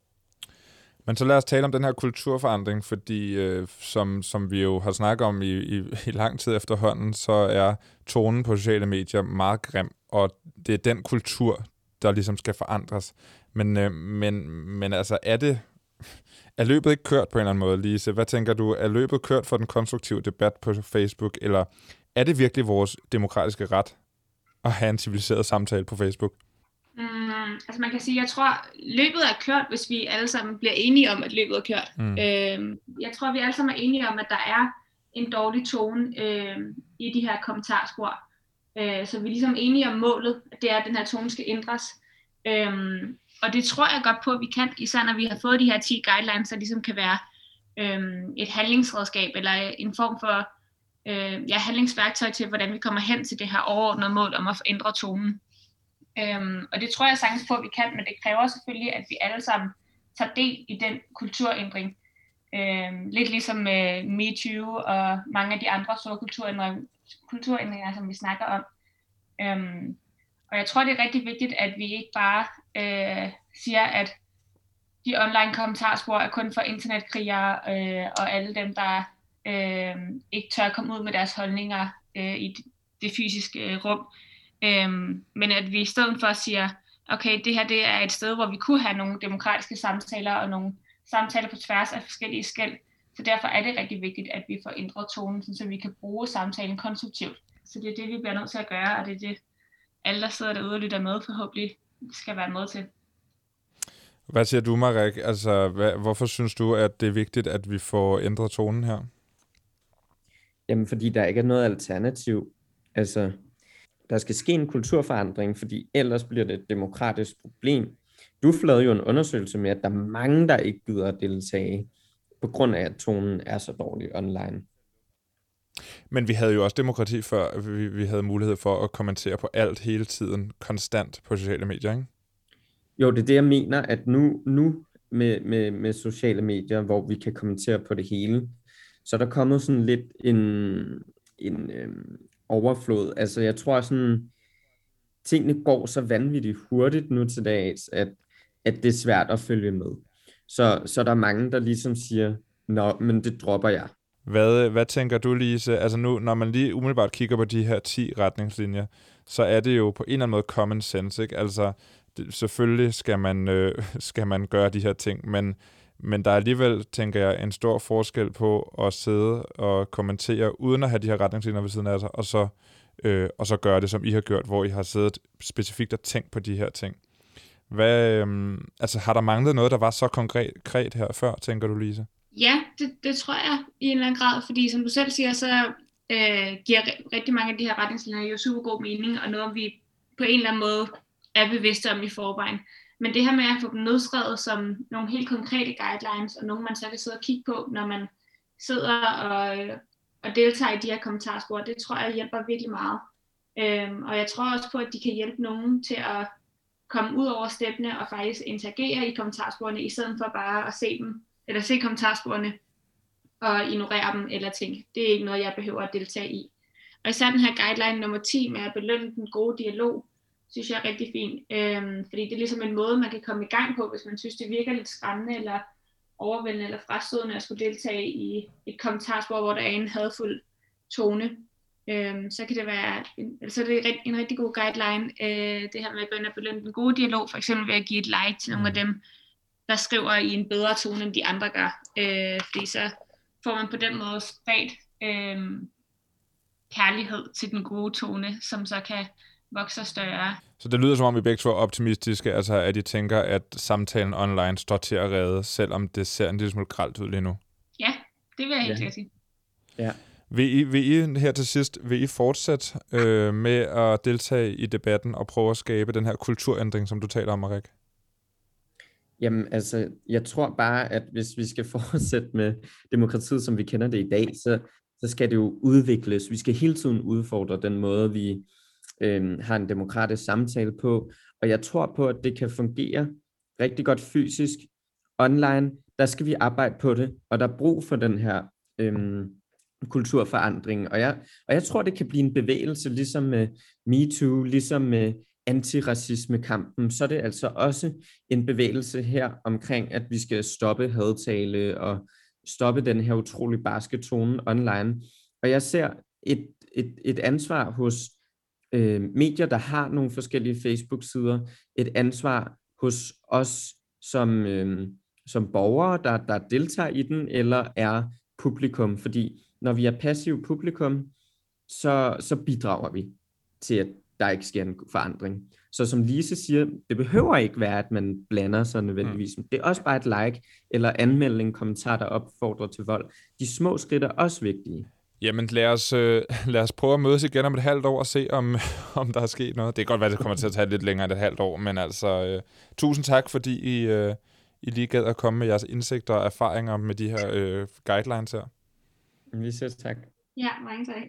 Men så lad os tale om den her kulturforandring, fordi øh, som, som vi jo har snakket om i, i, i lang tid efterhånden, så er tonen på sociale medier meget grim, og det er den kultur, der ligesom skal forandres. Men, øh, men, men altså, er det er løbet ikke kørt på en eller anden måde, Lise? Hvad tænker du? Er løbet kørt for den konstruktive debat på Facebook, eller er det virkelig vores demokratiske ret at have en civiliseret samtale på Facebook? Mm, altså man kan sige, jeg tror, løbet er kørt, hvis vi alle sammen bliver enige om, at løbet er kørt. Mm. Øh, jeg tror, vi alle sammen er enige om, at der er en dårlig tone øh, i de her kommentarspor. Øh, så vi er ligesom enige om målet, at det er, at den her tone skal ændres. Øh, og det tror jeg godt på, at vi kan, især når vi har fået de her ti guidelines, der ligesom kan være øh, et handlingsredskab, eller en form for øh, ja, handlingsværktøj til, hvordan vi kommer hen til det her overordnede mål om at ændre tonen. Øhm, og det tror jeg sagtens på, at vi kan, men det kræver selvfølgelig, at vi alle sammen tager del i den kulturændring. Øhm, lidt ligesom med uh, MeToo og mange af de andre store kulturændringer, kulturændringer som vi snakker om. Øhm, og jeg tror, det er rigtig vigtigt, at vi ikke bare øh, siger, at de online kommentarspor er kun for internetkrigere øh, og alle dem, der øh, ikke tør komme ud med deres holdninger øh, i det fysiske øh, rum. Øhm, men at vi i stedet for siger, okay, det her det er et sted, hvor vi kunne have nogle demokratiske samtaler og nogle samtaler på tværs af forskellige skel. Så derfor er det rigtig vigtigt, at vi får ændret tonen, så vi kan bruge samtalen konstruktivt. Så det er det, vi bliver nødt til at gøre, og det er det, alle, der sidder derude og lytter med, forhåbentlig skal være med til. Hvad siger du, Marek? Altså, hvad, hvorfor synes du, at det er vigtigt, at vi får ændret tonen her? Jamen, fordi der ikke er noget alternativ. Altså, der skal ske en kulturforandring, fordi ellers bliver det et demokratisk problem. Du lavede jo en undersøgelse med, at der er mange, der ikke gider at deltage, på grund af, at tonen er så dårlig online. Men vi havde jo også demokrati før, vi, vi havde mulighed for at kommentere på alt hele tiden, konstant på sociale medier, ikke? Jo, det er det, jeg mener, at nu, nu med, med, med sociale medier, hvor vi kan kommentere på det hele, så er der kommet sådan lidt en, en øhm, overflod. Altså, jeg tror sådan, tingene går så vanvittigt hurtigt nu til dags, at, at det er svært at følge med. Så, så der er mange, der ligesom siger, nå, men det dropper jeg. Hvad, hvad tænker du, Lise? Altså nu, når man lige umiddelbart kigger på de her ti retningslinjer, så er det jo på en eller anden måde common sense, ikke? Altså, det, selvfølgelig skal man, øh, skal man gøre de her ting, men, men der er alligevel, tænker jeg, en stor forskel på at sidde og kommentere, uden at have de her retningslinjer ved siden af sig, og så, øh, og så gøre det, som I har gjort, hvor I har siddet specifikt og tænkt på de her ting. Hvad, øh, altså, har der manglet noget, der var så konkret her før, tænker du, Lise? Ja, det, det tror jeg i en eller anden grad, fordi som du selv siger, så øh, giver rigtig mange af de her retningslinjer jo super god mening, og noget, vi på en eller anden måde er bevidste om i forvejen. Men det her med at få dem nedskrevet som nogle helt konkrete guidelines, og nogle man så kan sidde og kigge på, når man sidder og, og deltager i de her kommentarspor, det tror jeg hjælper virkelig meget. Øhm, og jeg tror også på, at de kan hjælpe nogen til at komme ud over steppene og faktisk interagere i kommentarsporene, i stedet for bare at se dem, eller se kommentarsporene og ignorere dem eller tænke, det er ikke noget, jeg behøver at deltage i. Og især den her guideline nummer ti med at belønne den gode dialog, synes jeg er rigtig fint. Øhm, fordi det er ligesom en måde, man kan komme i gang på, hvis man synes, det virker lidt skræmmende, eller overvældende eller frastødende at skulle deltage i et kommentarspor, hvor der er en hadfuld tone. Øhm, så kan det være en, altså det er en rigtig god guideline, øh, det her med at gå ind og belønne den gode dialog, for eksempel ved at give et like til nogle af dem, der skriver i en bedre tone, end de andre gør. Øh, fordi så får man på den måde spredt øh, kærlighed til den gode tone, som så kan vokse større. Så det lyder som om, I begge to er optimistiske, altså at I tænker, at samtalen online står til at redde, selvom det ser en lille smule grelt ud lige nu. Ja, det vil jeg helt ja. sige. Ja. Vil I, vil I her til sidst, vil I fortsætte øh, med at deltage i debatten og prøve at skabe den her kulturændring, som du taler om, Marik? Jamen altså, jeg tror bare, at hvis vi skal fortsætte med demokratiet, som vi kender det i dag, så, så skal det jo udvikles. Vi skal hele tiden udfordre den måde, vi øh, har en demokratisk samtale på. Og jeg tror på, at det kan fungere rigtig godt fysisk. Online, der skal vi arbejde på det, og der er brug for den her øh, kulturforandring. Og jeg, og jeg tror, det kan blive en bevægelse, ligesom med MeToo, ligesom med antiracisme-kampen, så er det altså også en bevægelse her omkring, at vi skal stoppe hadtale og stoppe den her utrolig barske tone online. Og jeg ser et, et, et ansvar hos øh, medier, der har nogle forskellige Facebook-sider, et ansvar hos os som, øh, som borgere, der, der deltager i den, eller er publikum. Fordi når vi er passiv publikum, så, så bidrager vi til, at der ikke sker en forandring. Så som Lise siger, det behøver ikke være, at man blander sig nødvendigvis. Mm. Det er også bare et like, eller anmelding, kommentar, der opfordrer til vold. De små skridt er også vigtige. Jamen lad os, øh, lad os prøve at mødes igen om et halvt år og se, om, om der er sket noget. Det kan godt være, det kommer til at tage lidt længere end et halvt år, men altså, øh, tusind tak, fordi I, øh, I lige gad at komme med jeres indsigter og erfaringer med de her øh, guidelines her. Vi siger tak. Ja, mange tak.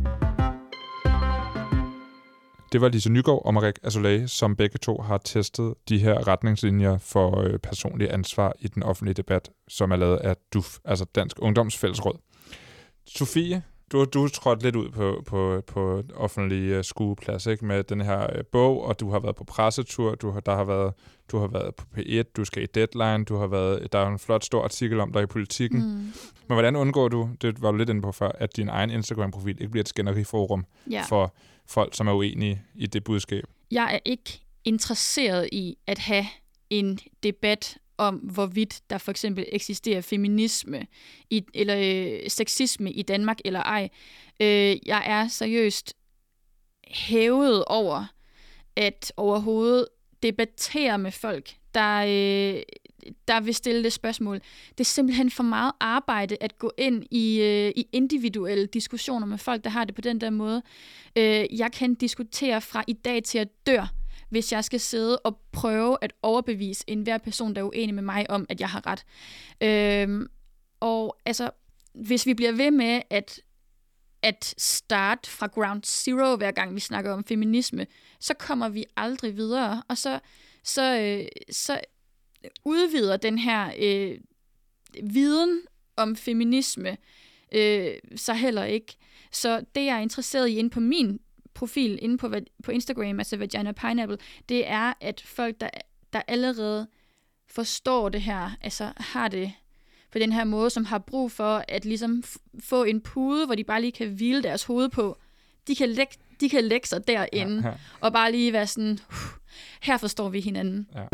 Det var Lise Nygaard og Marik Azoulay, som begge to har testet de her retningslinjer for øh, personlig ansvar i den offentlige debat, som er lavet af D U F, altså Dansk Ungdomsfællesråd. Sofie, du, du trådt lidt ud på, på, på offentlig uh, skueplads, ikke? Med den her uh, bog, og du har været på pressetur, du har, der har været, du har været på P et, du skal i Deadline, du har været, der er en flot stor artikel om dig i Politikken. Mm. Men hvordan undgår du, det var du lidt inde på før, at din egen Instagram-profil ikke bliver et skænderiforum ja. for folk, som er uenige i det budskab? Jeg er ikke interesseret i at have en debat om, hvorvidt der for eksempel eksisterer feminisme i, eller øh, sexisme i Danmark eller ej. Øh, jeg er seriøst hævet over at overhovedet debattere med folk, der, øh, der vil stille det spørgsmål. Det er simpelthen for meget arbejde at gå ind i, øh, i individuelle diskussioner med folk, der har det på den der måde. Øh, jeg kan diskutere fra i dag til at dør, hvis jeg skal sidde og prøve at overbevise enhver person, der er uenig med mig om, at jeg har ret. Øhm, og altså, hvis vi bliver ved med at, at starte fra ground zero, hver gang vi snakker om feminisme, så kommer vi aldrig videre, og så, så, øh, så udvider den her øh, viden om feminisme øh, så heller ikke. Så det, jeg er interesseret i inde på min profil inde på, på Instagram, altså Vagina Pineapple, det er, at folk, der, der allerede forstår det her, altså har det på den her måde, som har brug for at ligesom f- få en pude, hvor de bare lige kan hvile deres hoved på, de kan lægge, de kan lægge sig derinde, ja, ja. og bare lige være sådan, uh, her forstår vi hinanden. Ja.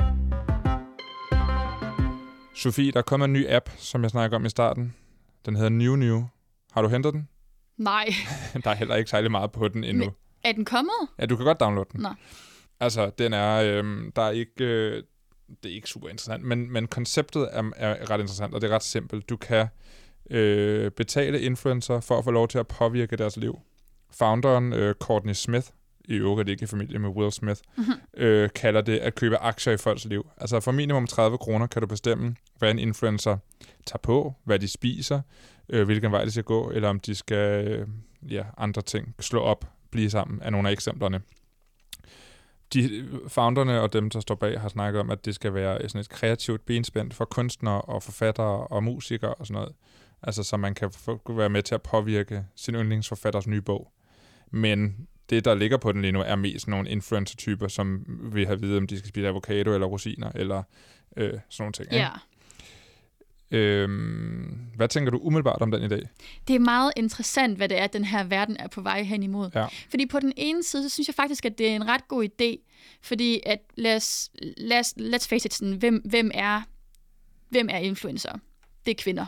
Sofie, der er kommet en ny app, som jeg snakker om i starten. Den hedder New New. Har du hentet den? Nej. Der er heller ikke særlig meget på den endnu. Men er den kommet? Ja, du kan godt downloade den. Nå. Altså, den er, øh, der er ikke, øh, det er ikke super interessant, men, men konceptet er, er ret interessant, og det er ret simpelt. Du kan øh, betale influencer for at få lov til at påvirke deres liv. Founderen, øh, Courtney Smith, i øvrigt ikke i familie med Will Smith, mm-hmm. øh, kalder det at købe aktier i folks liv. Altså for minimum tredive kroner kan du bestemme, hvad en influencer tager på, hvad de spiser, øh, hvilken vej de skal gå, eller om de skal, øh, ja, andre ting, slå op, blive sammen, af nogle af eksemplerne. De founderne og dem, der står bag, har snakket om, at det skal være sådan et kreativt benspænd for kunstnere og forfattere og musikere og sådan noget. Altså så man kan få, være med til at påvirke sin yndlingsforfatters nye bog. Men det, der ligger på den lige nu, er mest nogle influencer-typer, som vil have vide, om de skal spise avocado eller rosiner, eller øh, sådan nogle ting. Ja. Øhm, hvad tænker du umiddelbart om den idé? Det er meget interessant, hvad det er, den her verden er på vej hen imod. Ja. Fordi på den ene side, så synes jeg faktisk, at det er en ret god idé, fordi at lad os, lad os, let's face it, sådan, hvem, hvem, er, hvem er influencer? Det er kvinder.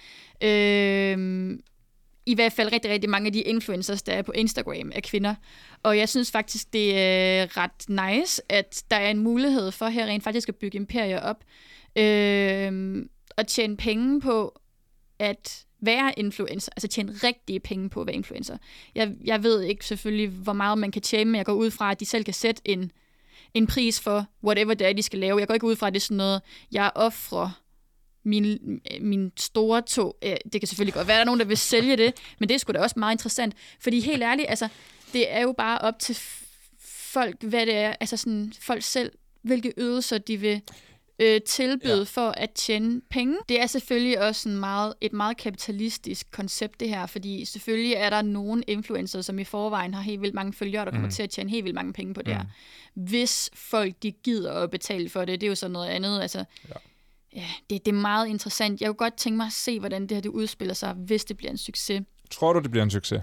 Øhm, I hvert fald rigtig, rigtig mange af de influencers, der er på Instagram, er kvinder. Og jeg synes faktisk, det er ret nice, at der er en mulighed for her rent faktisk at bygge imperier op. Øhm, og tjene penge på at være influencer, altså tjene rigtige penge på at være influencer. Jeg, jeg ved ikke selvfølgelig, hvor meget man kan tjene, men jeg går ud fra, at de selv kan sætte en, en pris for whatever det er, de skal lave. Jeg går ikke ud fra, at det er sådan noget, jeg offrer min, min store tog. Det kan selvfølgelig godt være, at der er nogen, der vil sælge det, men det er sgu da også meget interessant. Fordi helt ærligt, altså, det er jo bare op til folk, hvad det er, altså sådan folk selv, hvilke ydelser de vil øh, tilbyde ja. for at tjene penge. Det er selvfølgelig også en meget, et meget kapitalistisk koncept, det her, fordi selvfølgelig er der nogle influencer, som i forvejen har helt vildt mange følgere, der kommer mm. til at tjene helt vildt mange penge på det mm. her. Hvis folk, de gider at betale for det, det er jo så noget andet, altså... Ja. Ja, det, det er meget interessant. Jeg kunne godt tænke mig at se, hvordan det her det udspiller sig, hvis det bliver en succes. Tror du, det bliver en succes?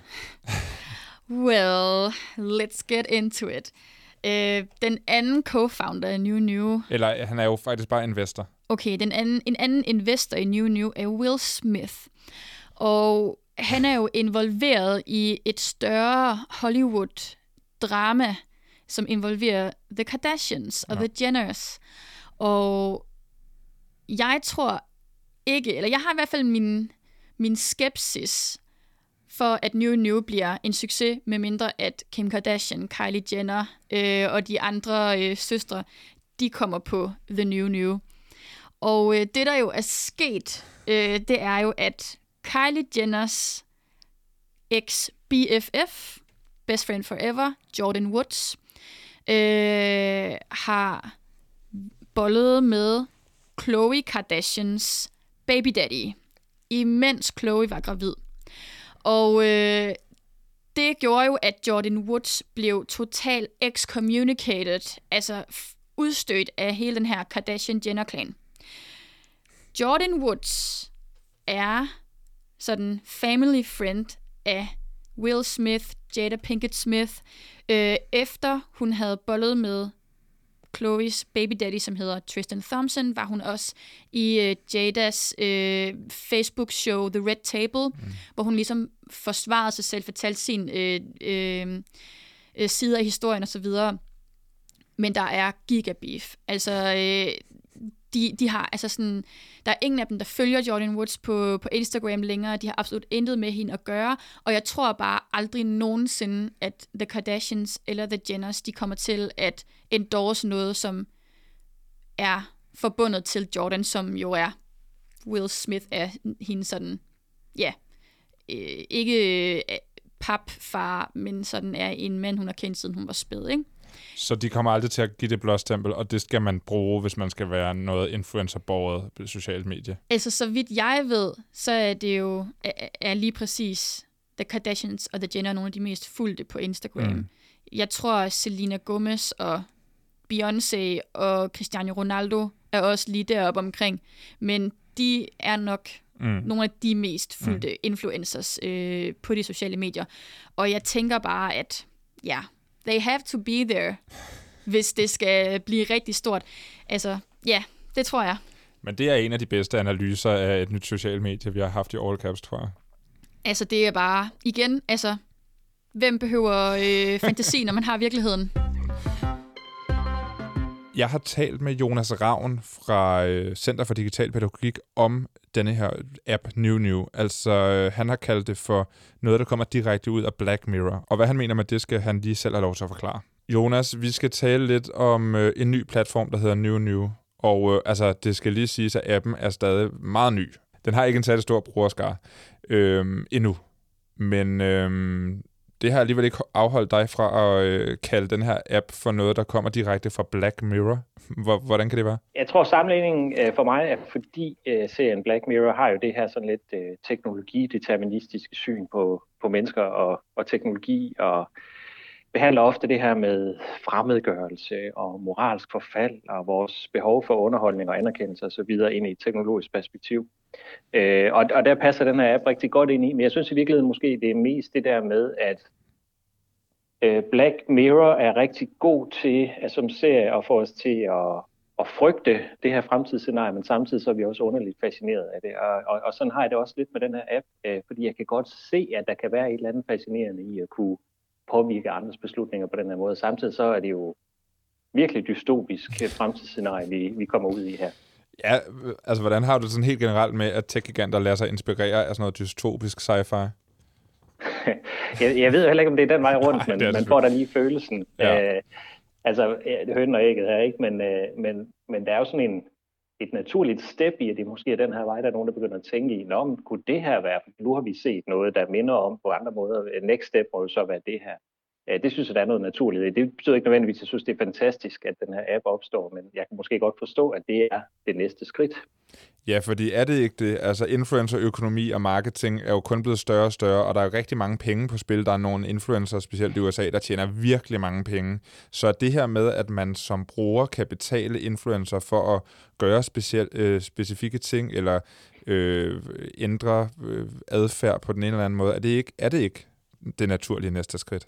Well, let's get into it. Uh, den anden co-founder af New New... Eller han er jo faktisk bare investor. Okay, den anden, en anden investor i New New er Will Smith. Og han er jo involveret i et større Hollywood-drama, som involverer The Kardashians og ja. The Jenners. Og jeg tror ikke, eller jeg har i hvert fald min, min skepsis for, at New New bliver en succes, med mindre at Kim Kardashian, Kylie Jenner øh, og de andre øh, søstre, de kommer på The New New. Og øh, det, der jo er sket, øh, det er jo, at Kylie Jenners eks-B F F, Best Friend Forever, Jordyn Woods, øh, har bollet med Khloe Kardashians baby daddy, imens Khloe var gravid. Og øh, det gjorde jo, at Jordyn Woods blev totalt excommunicated, altså udstødt af hele den her Kardashian-Jenner-klan. Jordyn Woods er sådan family friend af Will Smith, Jada Pinkett Smith, øh, efter hun havde bollet med Khloes baby daddy, som hedder Tristan Thompson, var hun også i øh, Jadas øh, Facebook-show The Red Table, mm. hvor hun ligesom forsvarede sig selv, fortalte sin øh, øh, øh, side af historien osv. Men der er gigabeef. Altså, øh, de, de har, altså sådan, der er ingen af dem, der følger Jordyn Woods på, på Instagram længere. De har absolut intet med hende at gøre. Og jeg tror bare aldrig nogensinde, at The Kardashians eller The Jenners, de kommer til at endorse noget, som er forbundet til Jordyn, som jo er Will Smith, er hende sådan, ja, øh, ikke øh, papfar, men sådan er en mand, hun har kendt, siden hun var spæd, ikke? Så de kommer aldrig til at give det blåstempel, og det skal man bruge, hvis man skal være noget influencer-borget på sociale medier? Altså, så vidt jeg ved, så er det jo er, er lige præcis The Kardashians og The Jenner nogle af de mest fulgte på Instagram. Mm. Jeg tror, at Selena Gomez og Beyoncé og Cristiano Ronaldo er også lige deroppe omkring, men de er nok mm. nogle af de mest fulgte mm. influencers øh, på de sociale medier. Og jeg tænker bare, at ja, they have to be there, hvis det skal blive rigtig stort. Altså, ja, det tror jeg. Men det er en af de bedste analyser af et nyt socialt medie, vi har haft i all caps, tror jeg. Altså, det er bare, igen, altså, hvem behøver øh, fantasi, når man har virkeligheden? Jeg har talt med Jonas Ravn fra øh, Center for Digital Pædagogik om denne her app New New. Altså, øh, han har kaldt det for noget, der kommer direkte ud af Black Mirror. Og hvad han mener med det, skal han lige selv have lov til at forklare. Jonas, vi skal tale lidt om øh, en ny platform, der hedder New New. Og øh, altså, det skal lige siges, at appen er stadig meget ny. Den har ikke en særlig stor brugerskare øh, endnu. Men øh, det har alligevel ikke afholdt dig fra at øh, kalde den her app for noget, der kommer direkte fra Black Mirror. Hvordan kan det være? Jeg tror, sammenligningen øh, for mig er, fordi øh, serien Black Mirror har jo det her sådan lidt øh, teknologideterministiske syn på, på mennesker og, og teknologi, og behandler ofte det her med fremmedgørelse og moralsk forfald og vores behov for underholdning og anerkendelse osv. ind i et teknologisk perspektiv. Øh, og, og der passer den her app rigtig godt ind i, men jeg synes i virkeligheden måske, det er mest det der med, at øh, Black Mirror er rigtig god til, at som serie, at få os til at, at frygte det her fremtidsscenarie, men samtidig så er vi også underligt fascineret af det. Og, og, og sådan har jeg det også lidt med den her app, øh, fordi jeg kan godt se, at der kan være et eller andet fascinerende i at kunne påvirke andres beslutninger på den her måde. Samtidig så er det jo virkelig dystopisk fremtidsscenarie, vi, vi kommer ud i her. Ja, altså hvordan har du det sådan helt generelt med, at tech-giganter lader sig inspirere af sådan noget dystopisk sci-fi? jeg, jeg ved heller ikke, om det er den vej rundt, Nej, men man får da lige følelsen. Ja. Øh, altså, hønen og ægget her, ikke? Men, øh, men, men der er jo sådan en, et naturligt step i, at det måske er den her vej, der er nogen, der begynder at tænke i, nå, men kunne det her være, nu har vi set noget, der minder om på andre måder. Next step må jo så være det her. Det synes jeg, der er noget naturligt. Det betyder ikke nødvendigvis, at jeg synes, det er fantastisk, at den her app opstår, men jeg kan måske godt forstå, at det er det næste skridt. Ja, fordi er det ikke det? Altså influencerøkonomi og marketing er jo kun blevet større og større, og der er jo rigtig mange penge på spil. Der er nogle influencer, specielt i U S A, der tjener virkelig mange penge. Så det her med, at man som bruger kan betale influencer for at gøre speciel, øh, specifikke ting, eller øh, ændre øh, adfærd på den ene eller anden måde, er det ikke, er det, ikke det naturlige næste skridt?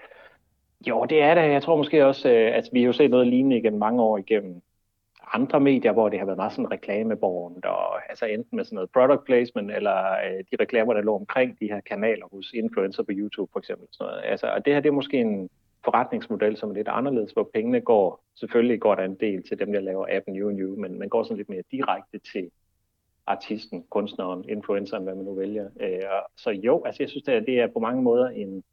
Jo, det er det. Jeg tror måske også, at altså, vi har jo set noget lignende igennem mange år igennem andre medier, hvor det har været meget sådan reklamebåret, og altså enten med sådan noget product placement, eller øh, de reklamer, der lå omkring de her kanaler hos influencer på YouTube for eksempel. Sådan noget. Altså, og det her det er måske en forretningsmodel, som er lidt anderledes, hvor pengene går, selvfølgelig går der en del til dem, der laver appen New New, men man går sådan lidt mere direkte til artisten, kunstneren, influenceren, hvad man nu vælger. Øh, så jo, altså jeg synes, at det er på mange måder en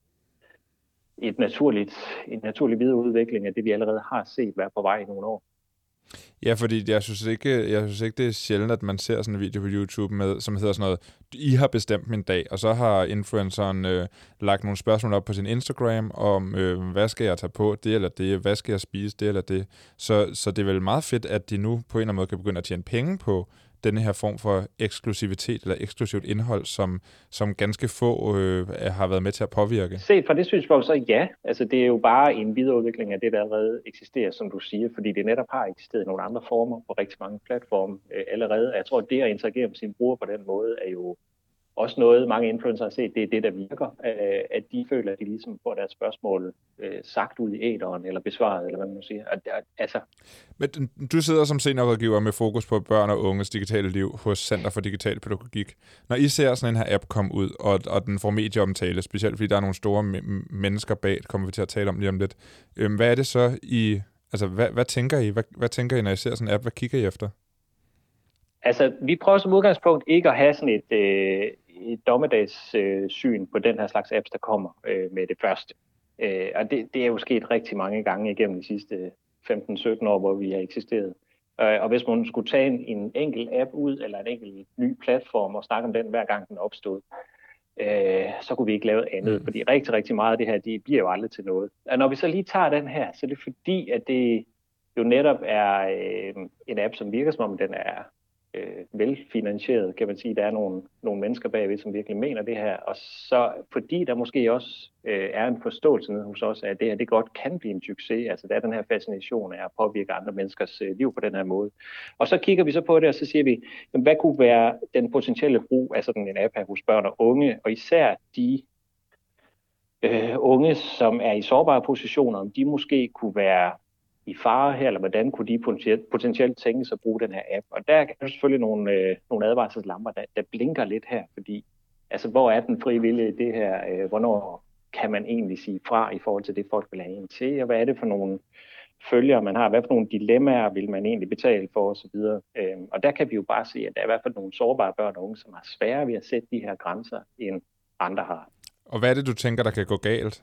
et naturligt, en naturlig videreudvikling af det, vi allerede har set være på vej i nogle år. Ja, fordi jeg synes ikke, jeg synes ikke det er sjældent, at man ser sådan en video på YouTube, med, som hedder sådan noget, I har bestemt min dag, og så har influenceren øh, lagt nogle spørgsmål op på sin Instagram om, øh, hvad skal jeg tage på, det eller det, hvad skal jeg spise, det eller det. Så, så det er vel meget fedt, at de nu på en eller anden måde kan begynde at tjene penge på denne her form for eksklusivitet eller eksklusivt indhold, som, som ganske få øh, har været med til at påvirke. Set fra det synspunkt, så ja. Altså, det er jo bare en videreudvikling af det, der allerede eksisterer, som du siger, fordi det netop har eksisteret i nogle andre former på rigtig mange platforme øh, allerede. Jeg tror, at det at interagere med sine brugere på den måde er jo også noget, mange influencer har set, det er det, der virker, øh, at de føler, at de ligesom får deres spørgsmål øh, sagt ud i æteren, eller besvaret, eller hvad man nu siger. Og, altså... Men du sidder som seniorrådgiver med fokus på børn og unges digitale liv hos Center for Digital Pædagogik. Når I ser sådan en her app komme ud, og, og den får medieomtale, specielt fordi der er nogle store m- mennesker bag, det kommer vi til at tale om lige om lidt, øh, hvad er det så, I... Altså, hvad, hvad tænker I? Hvad, hvad tænker I, når I ser sådan en app? Hvad kigger I efter? Altså, vi prøver som udgangspunkt ikke at have sådan et, øh, et dommedagssyn øh, på den her slags apps, der kommer øh, med det første. Øh, og det, det er jo sket rigtig mange gange igennem de sidste femten sytten år, hvor vi har eksisteret. Øh, og hvis man skulle tage en, en enkelt app ud, eller en enkelt ny platform, og snakke om den hver gang den opstod, øh, så kunne vi ikke lave andet. Mm. Fordi rigtig, rigtig meget af det her, det bliver jo aldrig til noget. Og når vi så lige tager den her, så er det fordi, at det jo netop er øh, en app, som virker som om den er Øh, velfinansieret, kan man sige. Der er nogle, nogle mennesker bagved, som virkelig mener det her, og så fordi der måske også øh, er en forståelse nede hos os, at det her det godt kan blive en succes, altså der er den her fascination af at påvirke andre menneskers øh, liv på den her måde. Og så kigger vi så på det, og så siger vi, jamen, hvad kunne være den potentielle brug af sådan en app her hos børn og unge, og især de øh, unge, som er i sårbare positioner, om de måske kunne være i fare her, eller hvordan kunne de potentielt, potentielt tænke sig at bruge den her app. Og der er selvfølgelig nogle, øh, nogle advarselslamper, der, der blinker lidt her, fordi altså, hvor er den frivillige i det her? Øh, hvornår kan man egentlig sige fra i forhold til det, folk vil have en til? Og hvad er det for nogle følger, man har? Hvad for nogle dilemmaer vil man egentlig betale for osv.? Øh, og der kan vi jo bare se, at der er i hvert fald nogle sårbare børn og unge, som har sværere ved at sætte de her grænser, end andre har. Og hvad er det, du tænker, der kan gå galt?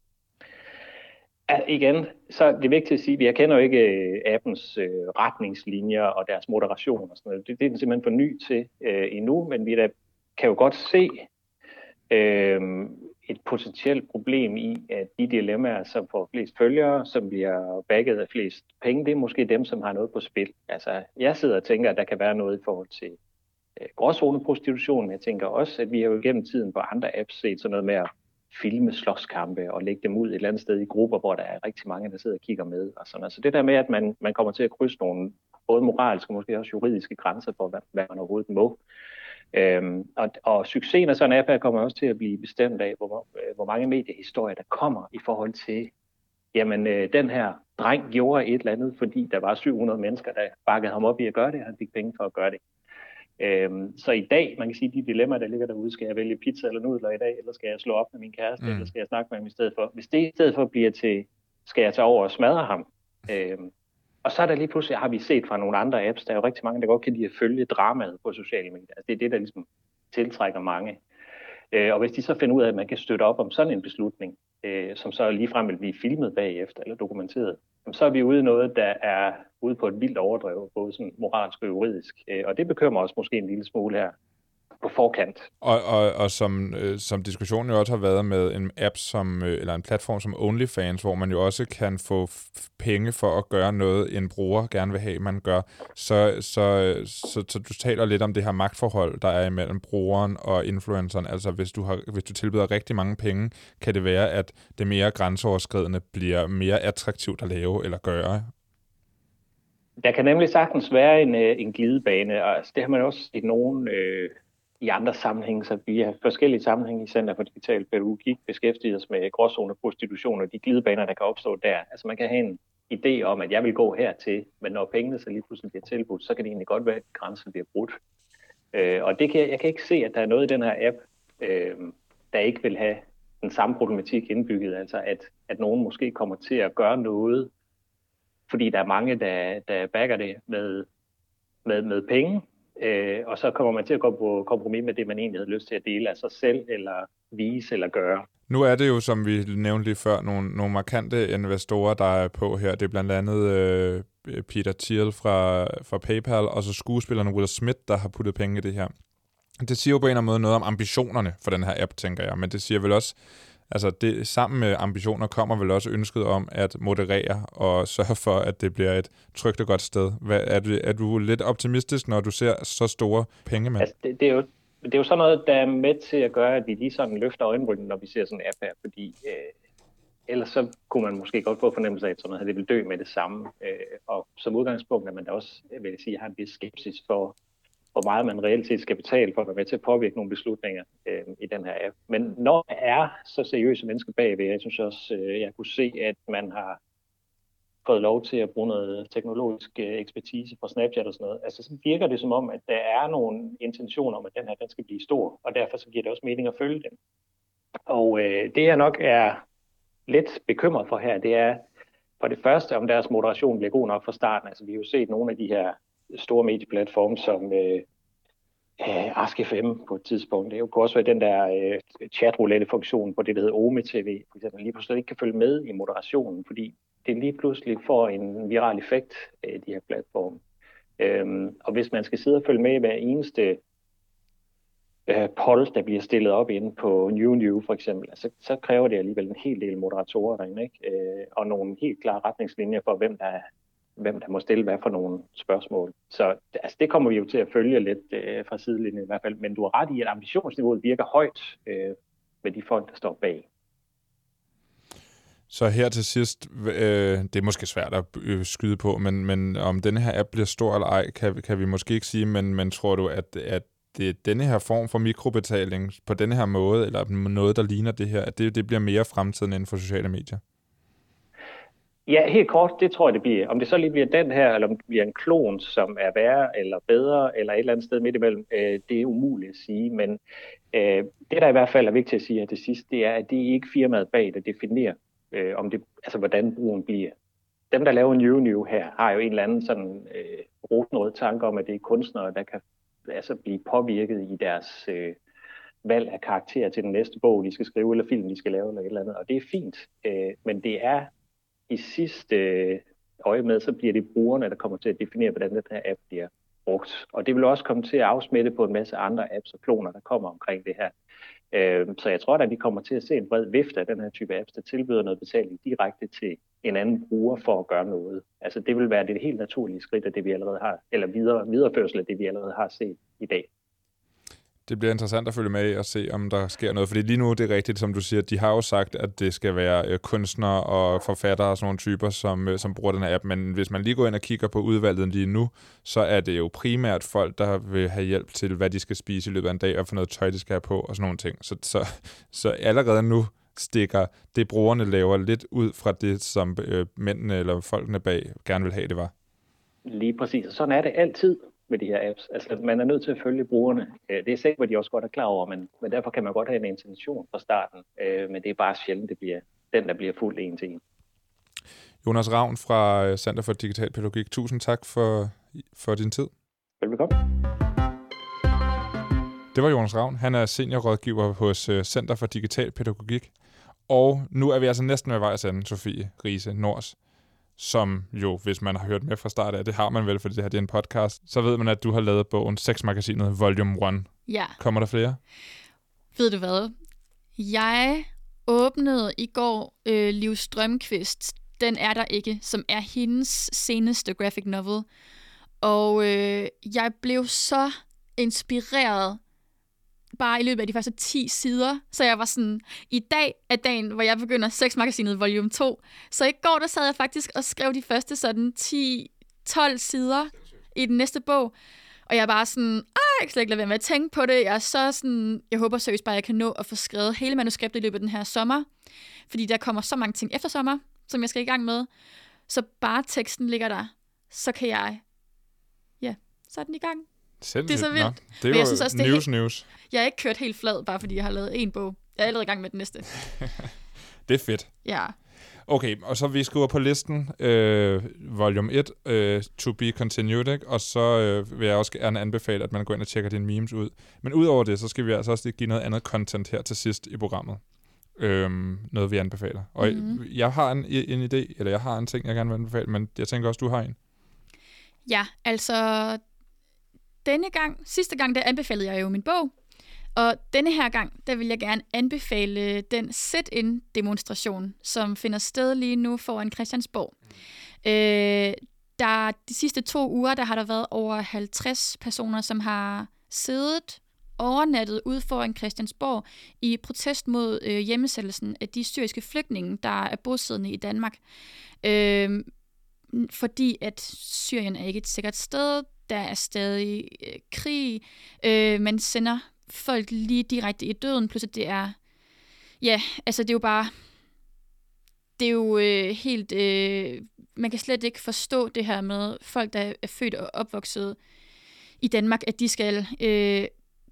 Ja, igen, så er det vigtigt at sige, at vi kender jo ikke appens øh, retningslinjer og deres moderation og sådan noget. Det, det er den simpelthen for ny til øh, endnu, men vi der kan jo godt se øh, et potentielt problem i, at de dilemmaer, som får flest følgere, som bliver bagget af flest penge, det er måske dem, som har noget på spil. Altså, jeg sidder og tænker, at der kan være noget i forhold til øh, gråzoneprostitution, men jeg tænker også, at vi har jo gennem tiden på andre apps set sådan noget med at filme slåskampe og lægge dem ud et eller andet sted i grupper, hvor der er rigtig mange, der sidder og kigger med. Og sådan. Altså det der med, at man, man kommer til at krydse nogle både moralske og måske også juridiske grænser for, hvad, hvad man overhovedet må, Øhm, og, og succesen af sådan en app her kommer også til at blive bestemt af, hvor, hvor mange mediehistorier der kommer i forhold til, jamen øh, den her dreng gjorde et eller andet, fordi der var syv hundrede mennesker, der bakkede ham op i at gøre det, og han fik penge for at gøre det. Øhm, så i dag, man kan sige, de dilemmaer, der ligger derude, skal jeg vælge pizza eller nudler i dag, eller skal jeg slå op med min kæreste, mm. eller skal jeg snakke med ham i stedet for? Hvis det i stedet for bliver til, skal jeg tage over og smadre ham? Øhm, og så er der lige pludselig, har vi set fra nogle andre apps, der er jo rigtig mange, der godt kan lide at følge dramaet på sociale medier. Altså, det er det, der ligesom tiltrækker mange. Øh, og hvis de så finder ud af, at man kan støtte op om sådan en beslutning, øh, som så ligefrem vil blive filmet bagefter eller dokumenteret, så er vi ude i noget, der er ude på et vildt overdrev, både sådan moralsk og juridisk. Øh, og det bekymrer os måske en lille smule her på forkant. Og, og, og som, øh, som diskussionen jo også har været med en app som, øh, eller en platform som OnlyFans, hvor man jo også kan få f- penge for at gøre noget, en bruger gerne vil have, man gør, så, så, så, så du taler lidt om det her magtforhold, der er imellem brugeren og influenceren. Altså hvis du, har, hvis du tilbyder rigtig mange penge, kan det være, at det mere grænseoverskridende bliver mere attraktivt at lave eller gøre. Der kan nemlig sagtens være en, en glidebane, og det har man også i nogle... Øh i andre sammenhænge, så vi har forskellige sammenhænge i Center for Digital Pædagogik beskæftiget os med gråzone prostitution og de glidebaner, der kan opstå der. Altså man kan have en idé om, at jeg vil gå hertil, men når pengene så lige pludselig bliver tilbudt, så kan det egentlig godt være, at grænsen bliver brudt. Øh, og det kan, jeg kan ikke se, at der er noget i den her app, øh, der ikke vil have den samme problematik indbygget. Altså at, at nogen måske kommer til at gøre noget, fordi der er mange, der, der backer det med, med, med penge. Øh, og så kommer man til at gå på kompromis med det, man egentlig havde lyst til at dele af sig selv, eller vise, eller gøre. Nu er det jo, som vi nævnte lige før, nogle, nogle markante investorer, der er på her. Det er blandt andet øh, Peter Thiel fra, fra PayPal, og så skuespilleren Will Smith, der har puttet penge i det her. Det siger jo på en eller anden måde noget om ambitionerne for den her app, tænker jeg, men det siger vel også, altså det, sammen med ambitioner kommer vel også ønsket om at moderere og sørge for, at det bliver et trygt og godt sted. Hvad, er, du, er du lidt optimistisk, når du ser så store penge med? Altså, det, det, er jo, det er jo sådan noget, der er med til at gøre, at vi lige sådan løfter øjenbrynene, når vi ser sådan en app her, fordi øh, ellers så kunne man måske godt få fornemmelse af, at sådan noget, at det vil dø med det samme. Øh, og som udgangspunkt er man da også, vil jeg sige, har en vis skepsis for, hvor meget man reelt set skal betale for at være med til at påvirke nogle beslutninger øh, i den her app. Men når der er så seriøse mennesker bagved, jeg synes også, øh, jeg kunne se, at man har fået lov til at bruge noget teknologisk øh, ekspertise fra Snapchat og sådan noget, altså så virker det som om, at der er nogle intentioner om, at den her den skal blive stor, og derfor så giver det også mening at følge den. Og øh, det jeg nok er lidt bekymret for her, det er for det første, om deres moderation bliver god nok fra starten. Altså vi har jo set nogle af de her store medieplatforme som øh, øh, Ask F M på et tidspunkt. Det kunne også være den der øh, chatroulette-funktion på det, der hedder Ome T V, for eksempel, lige pludselig ikke kan følge med i moderationen, fordi det lige pludselig får en viral effekt af de her platforme. Øhm, og hvis man skal sidde og følge med i hver eneste øh, poll, der bliver stillet op inde på New New for eksempel, så, så kræver det alligevel en hel del moderatorer derinde, ikke? Øh, og nogle helt klare retningslinjer for, hvem der er hvem der må stille hvad for nogle spørgsmål. Så altså, det kommer vi jo til at følge lidt øh, fra sidelinjen i hvert fald. Men du har ret i, at ambitionsniveauet virker højt øh, med de folk, der står bag. Så her til sidst, øh, det er måske svært at øh, skyde på, men, men om denne her app bliver stor eller ej, kan, kan vi måske ikke sige, men, men tror du, at, at det, denne her form for mikrobetaling på denne her måde, eller noget, der ligner det her, at det, det bliver mere fremtiden inden for sociale medier? Ja, helt kort, det tror jeg, det bliver. Om det så lige bliver den her, eller om det bliver en klon, som er værre eller bedre, eller et eller andet sted midt imellem, øh, det er umuligt at sige. Men øh, det, der i hvert fald er vigtigt at sige her til sidst, det er, at det er ikke firmaet bag, der definerer, øh, om det, altså, hvordan brugen bliver. Dem, der laver New New her, har jo en eller anden sådan øh, rosenrød tanke om, at det er kunstnere, der kan altså, blive påvirket i deres øh, valg af karakter til den næste bog, de skal skrive, eller film, de skal lave, eller et eller andet. Og det er fint, øh, men det er i sidste øje med, så bliver det brugerne, der kommer til at definere, hvordan den her app bliver brugt. Og det vil også komme til at afsmitte på en masse andre apps og kloner, der kommer omkring det her. Så jeg tror, at vi kommer til at se en bred vifte af den her type apps, der tilbyder noget betaling direkte til en anden bruger for at gøre noget. Altså det vil være det helt naturlige skridt af det, vi allerede har, eller videre, videreførsel af det, vi allerede har set i dag. Det bliver interessant at følge med i og se, om der sker noget. Fordi lige nu, det er rigtigt, som du siger, de har jo sagt, at det skal være øh, kunstnere og forfattere og sådan nogle typer, som, øh, som bruger den her app. Men hvis man lige går ind og kigger på udvalget lige nu, så er det jo primært folk, der vil have hjælp til, hvad de skal spise i løbet af en dag, og få noget tøj, de skal have på, og sådan nogle ting. Så, så, så allerede nu stikker det, brugerne laver, lidt ud fra det, som øh, mændene eller folkene bag gerne vil have, det var. Lige præcis, og sådan er det altid med de her apps. Altså, man er nødt til at følge brugerne. Det er sikkert, hvad de også godt er klar over, men, men derfor kan man godt have en intention fra starten. Men det er bare sjældent, det bliver den, der bliver fuldt en til en. Jonas Ravn fra Center for Digital Pædagogik. Tusind tak for, for din tid. Velbekomme. Det var Jonas Ravn. Han er seniorrådgiver hos Center for Digital Pædagogik. Og nu er vi altså næsten ved vejs ende, Sofie Riise Nors, som jo, hvis man har hørt med fra start af, det har man vel, fordi det her det er en podcast, så ved man, at du har lavet bogen Sexmagasinet Volume et. Ja. Kommer der flere? Ved du hvad? Jeg åbnede i går øh, Liv Strømquist, Den er der ikke, som er hendes seneste graphic novel. Og øh, jeg blev så inspireret bare i løbet af de første ti sider. Så jeg var sådan, i dag er dagen, hvor jeg begynder Sexmagasinet volume to. Så i går, der sad jeg faktisk og skrev de første sådan ti tolv sider i den næste bog. Og jeg er bare sådan, ah, jeg kan slet ikke lade være med at tænke på det. Jeg er så sådan, jeg håber seriøst bare, at jeg kan nå at få skrevet hele manuskriptet i løbet af den her sommer. Fordi der kommer så mange ting efter sommer, som jeg skal i gang med. Så bare teksten ligger der, så kan jeg, ja, så er den i gang. Sindssygt. Det er så vildt. Nå, det er jo jeg synes også, det er news, helt, news. Jeg er ikke kørt helt flad, bare fordi jeg har lavet en bog. Jeg er allerede i gang med den næste. Det er fedt. Ja. Okay, og så vi skriver på listen øh, volume et, øh, to be continued, ikke? Og så øh, vil jeg også gerne anbefale, at man går ind og tjekker dine memes ud. Men udover det, så skal vi altså også give noget andet content her til sidst i programmet. Øhm, noget vi anbefaler. Og mm-hmm. jeg har en, en idé, eller jeg har en ting, jeg gerne vil anbefale, men jeg tænker også, du har en. Ja, altså denne gang, sidste gang, der anbefalede jeg jo min bog, og denne her gang, der vil jeg gerne anbefale den sit-in-demonstration, som finder sted lige nu foran Christiansborg. Mm. Øh, der, de sidste to uger, der har der været over halvtreds personer, som har siddet overnattet ude foran Christiansborg i protest mod øh, hjemmesættelsen af de syriske flygtninge, der er bosiddende i Danmark. Øh, fordi at Syrien er ikke et sikkert sted, der er stadig øh, krig, øh, man sender folk lige direkte i døden, plus at det er, ja, altså det er jo bare, det er jo øh, helt, øh, man kan slet ikke forstå det her med folk, der er født og opvokset i Danmark, at de skal øh,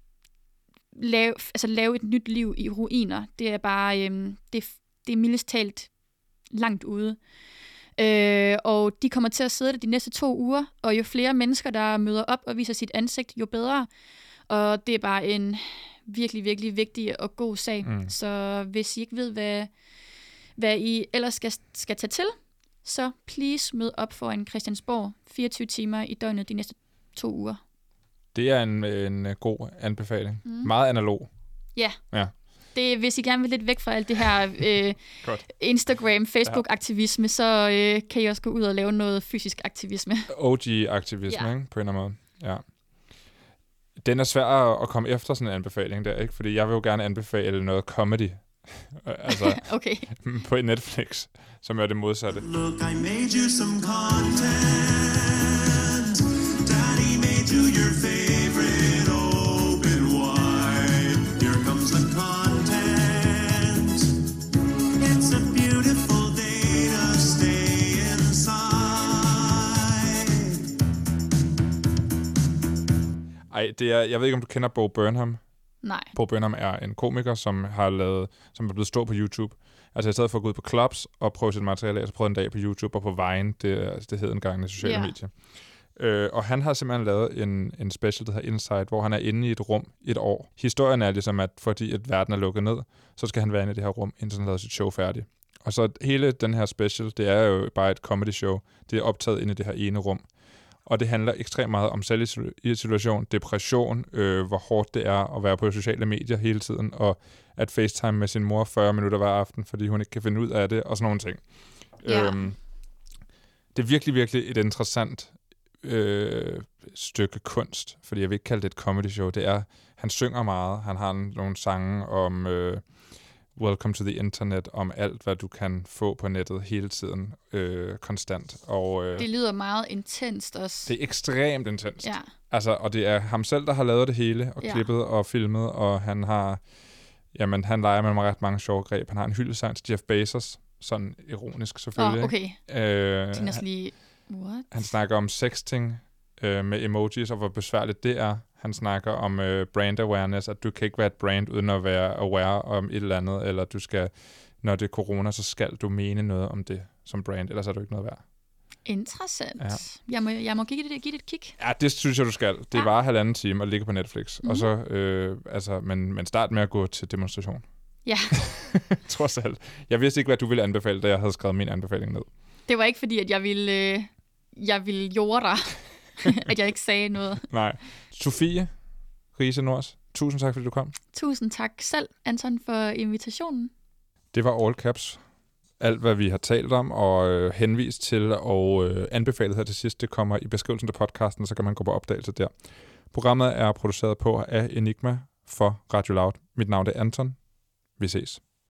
lave, altså lave et nyt liv i ruiner. Det er bare, øh, det, det er mildest talt langt ude. Øh, og de kommer til at sidde der de næste to uger, og jo flere mennesker, der møder op og viser sit ansigt, jo bedre. Og det er bare en virkelig, virkelig vigtig og god sag. Mm. Så hvis I ikke ved, hvad, hvad I ellers skal, skal tage til, så please mød op for en Christiansborg fireogtyve timer i døgnet de næste to uger. Det er en, en god anbefaling. Mm. Meget analog. Ja. Ja. Det, hvis I gerne vil lidt væk fra alt det her øh, Instagram, Facebook-aktivisme, så øh, kan I også gå ud og lave noget fysisk aktivisme. O G-aktivisme, ja. Ikke? På en eller anden måde. Ja. Den er svær at komme efter sådan en anbefaling der, ikke? Fordi jeg vil jo gerne anbefale noget comedy. Altså okay. På Netflix, som er det modsatte. Look, I made you some content. Daddy made you your favorite open wide. Here comes the content. It's a beautiful day to stay inside. Ej, det er, jeg ved ikke, om du kender Bo Burnham? Nej. Bo Burnham er en komiker, som har lavet, som er blevet stor på YouTube. Altså i stedet for at gå ud på clubs og prøve sit materiale, så prøvede en dag på YouTube og på Vine, det, det hed engang i sociale yeah. medier. Øh, og han har simpelthen lavet en, en special, der hedder Inside, hvor han er inde i et rum i et år. Historien er ligesom, at fordi et verden er lukket ned, så skal han være inde i det her rum, indtil han laver sit show færdigt. Og så hele den her special, det er jo bare et comedy show. Det er optaget inde i det her ene rum. Og det handler ekstremt meget om selvisolation, depression, øh, hvor hårdt det er at være på sociale medier hele tiden, og at FaceTime med sin mor fyrre minutter hver aften, fordi hun ikke kan finde ud af det, og sådan nogle ting. Ja. Øhm, det er virkelig, virkelig et interessant øh, stykke kunst, fordi jeg vil ikke kalde det et comedy show. Det er, han synger meget. Han har nogle sange om øh, Welcome to the Internet, om alt, hvad du kan få på nettet hele tiden, øh, konstant. Og, øh, det lyder meget intenst også. Det er ekstremt intenst. Ja. Altså, og det er ham selv, der har lavet det hele, og ja. klippet og filmet, og han har, jamen, han leger med ret mange sjove greb. Han har en hyldesang til Jeff Bezos, sådan ironisk selvfølgelig. Åh, oh, okay. Øh, han, lige, what? han snakker om sexting øh, med emojis, og hvor besværligt det er. Han snakker om øh, brand awareness, at du kan ikke være et brand, uden at være aware om et eller andet, eller du skal, når det er corona, så skal du mene noget om det som brand, ellers er du ikke noget værd. Interessant. Ja. Jeg må, jeg må give, det, give det et kig. Ja, det synes jeg, du skal. Det ja. var halvanden time at ligge på Netflix. Mm-hmm. Og så, øh, altså, men, men start med at gå til demonstration. Ja. Trods alt. Jeg vidste ikke, hvad du ville anbefale, da jeg havde skrevet min anbefaling ned. Det var ikke fordi, at jeg ville, øh, jeg ville jorde dig, at jeg ikke sagde noget. Nej. Sofie Riise Nors, tusind tak, fordi du kom. Tusind tak selv, Anton, for invitationen. Det var All Caps. Alt, hvad vi har talt om og øh, henvist til og øh, anbefalet her til sidst, det kommer i beskrivelsen til podcasten, så kan man gå på opdagelse der. Programmet er produceret på af Enigma for Radio Loud. Mit navn er Anton. Vi ses.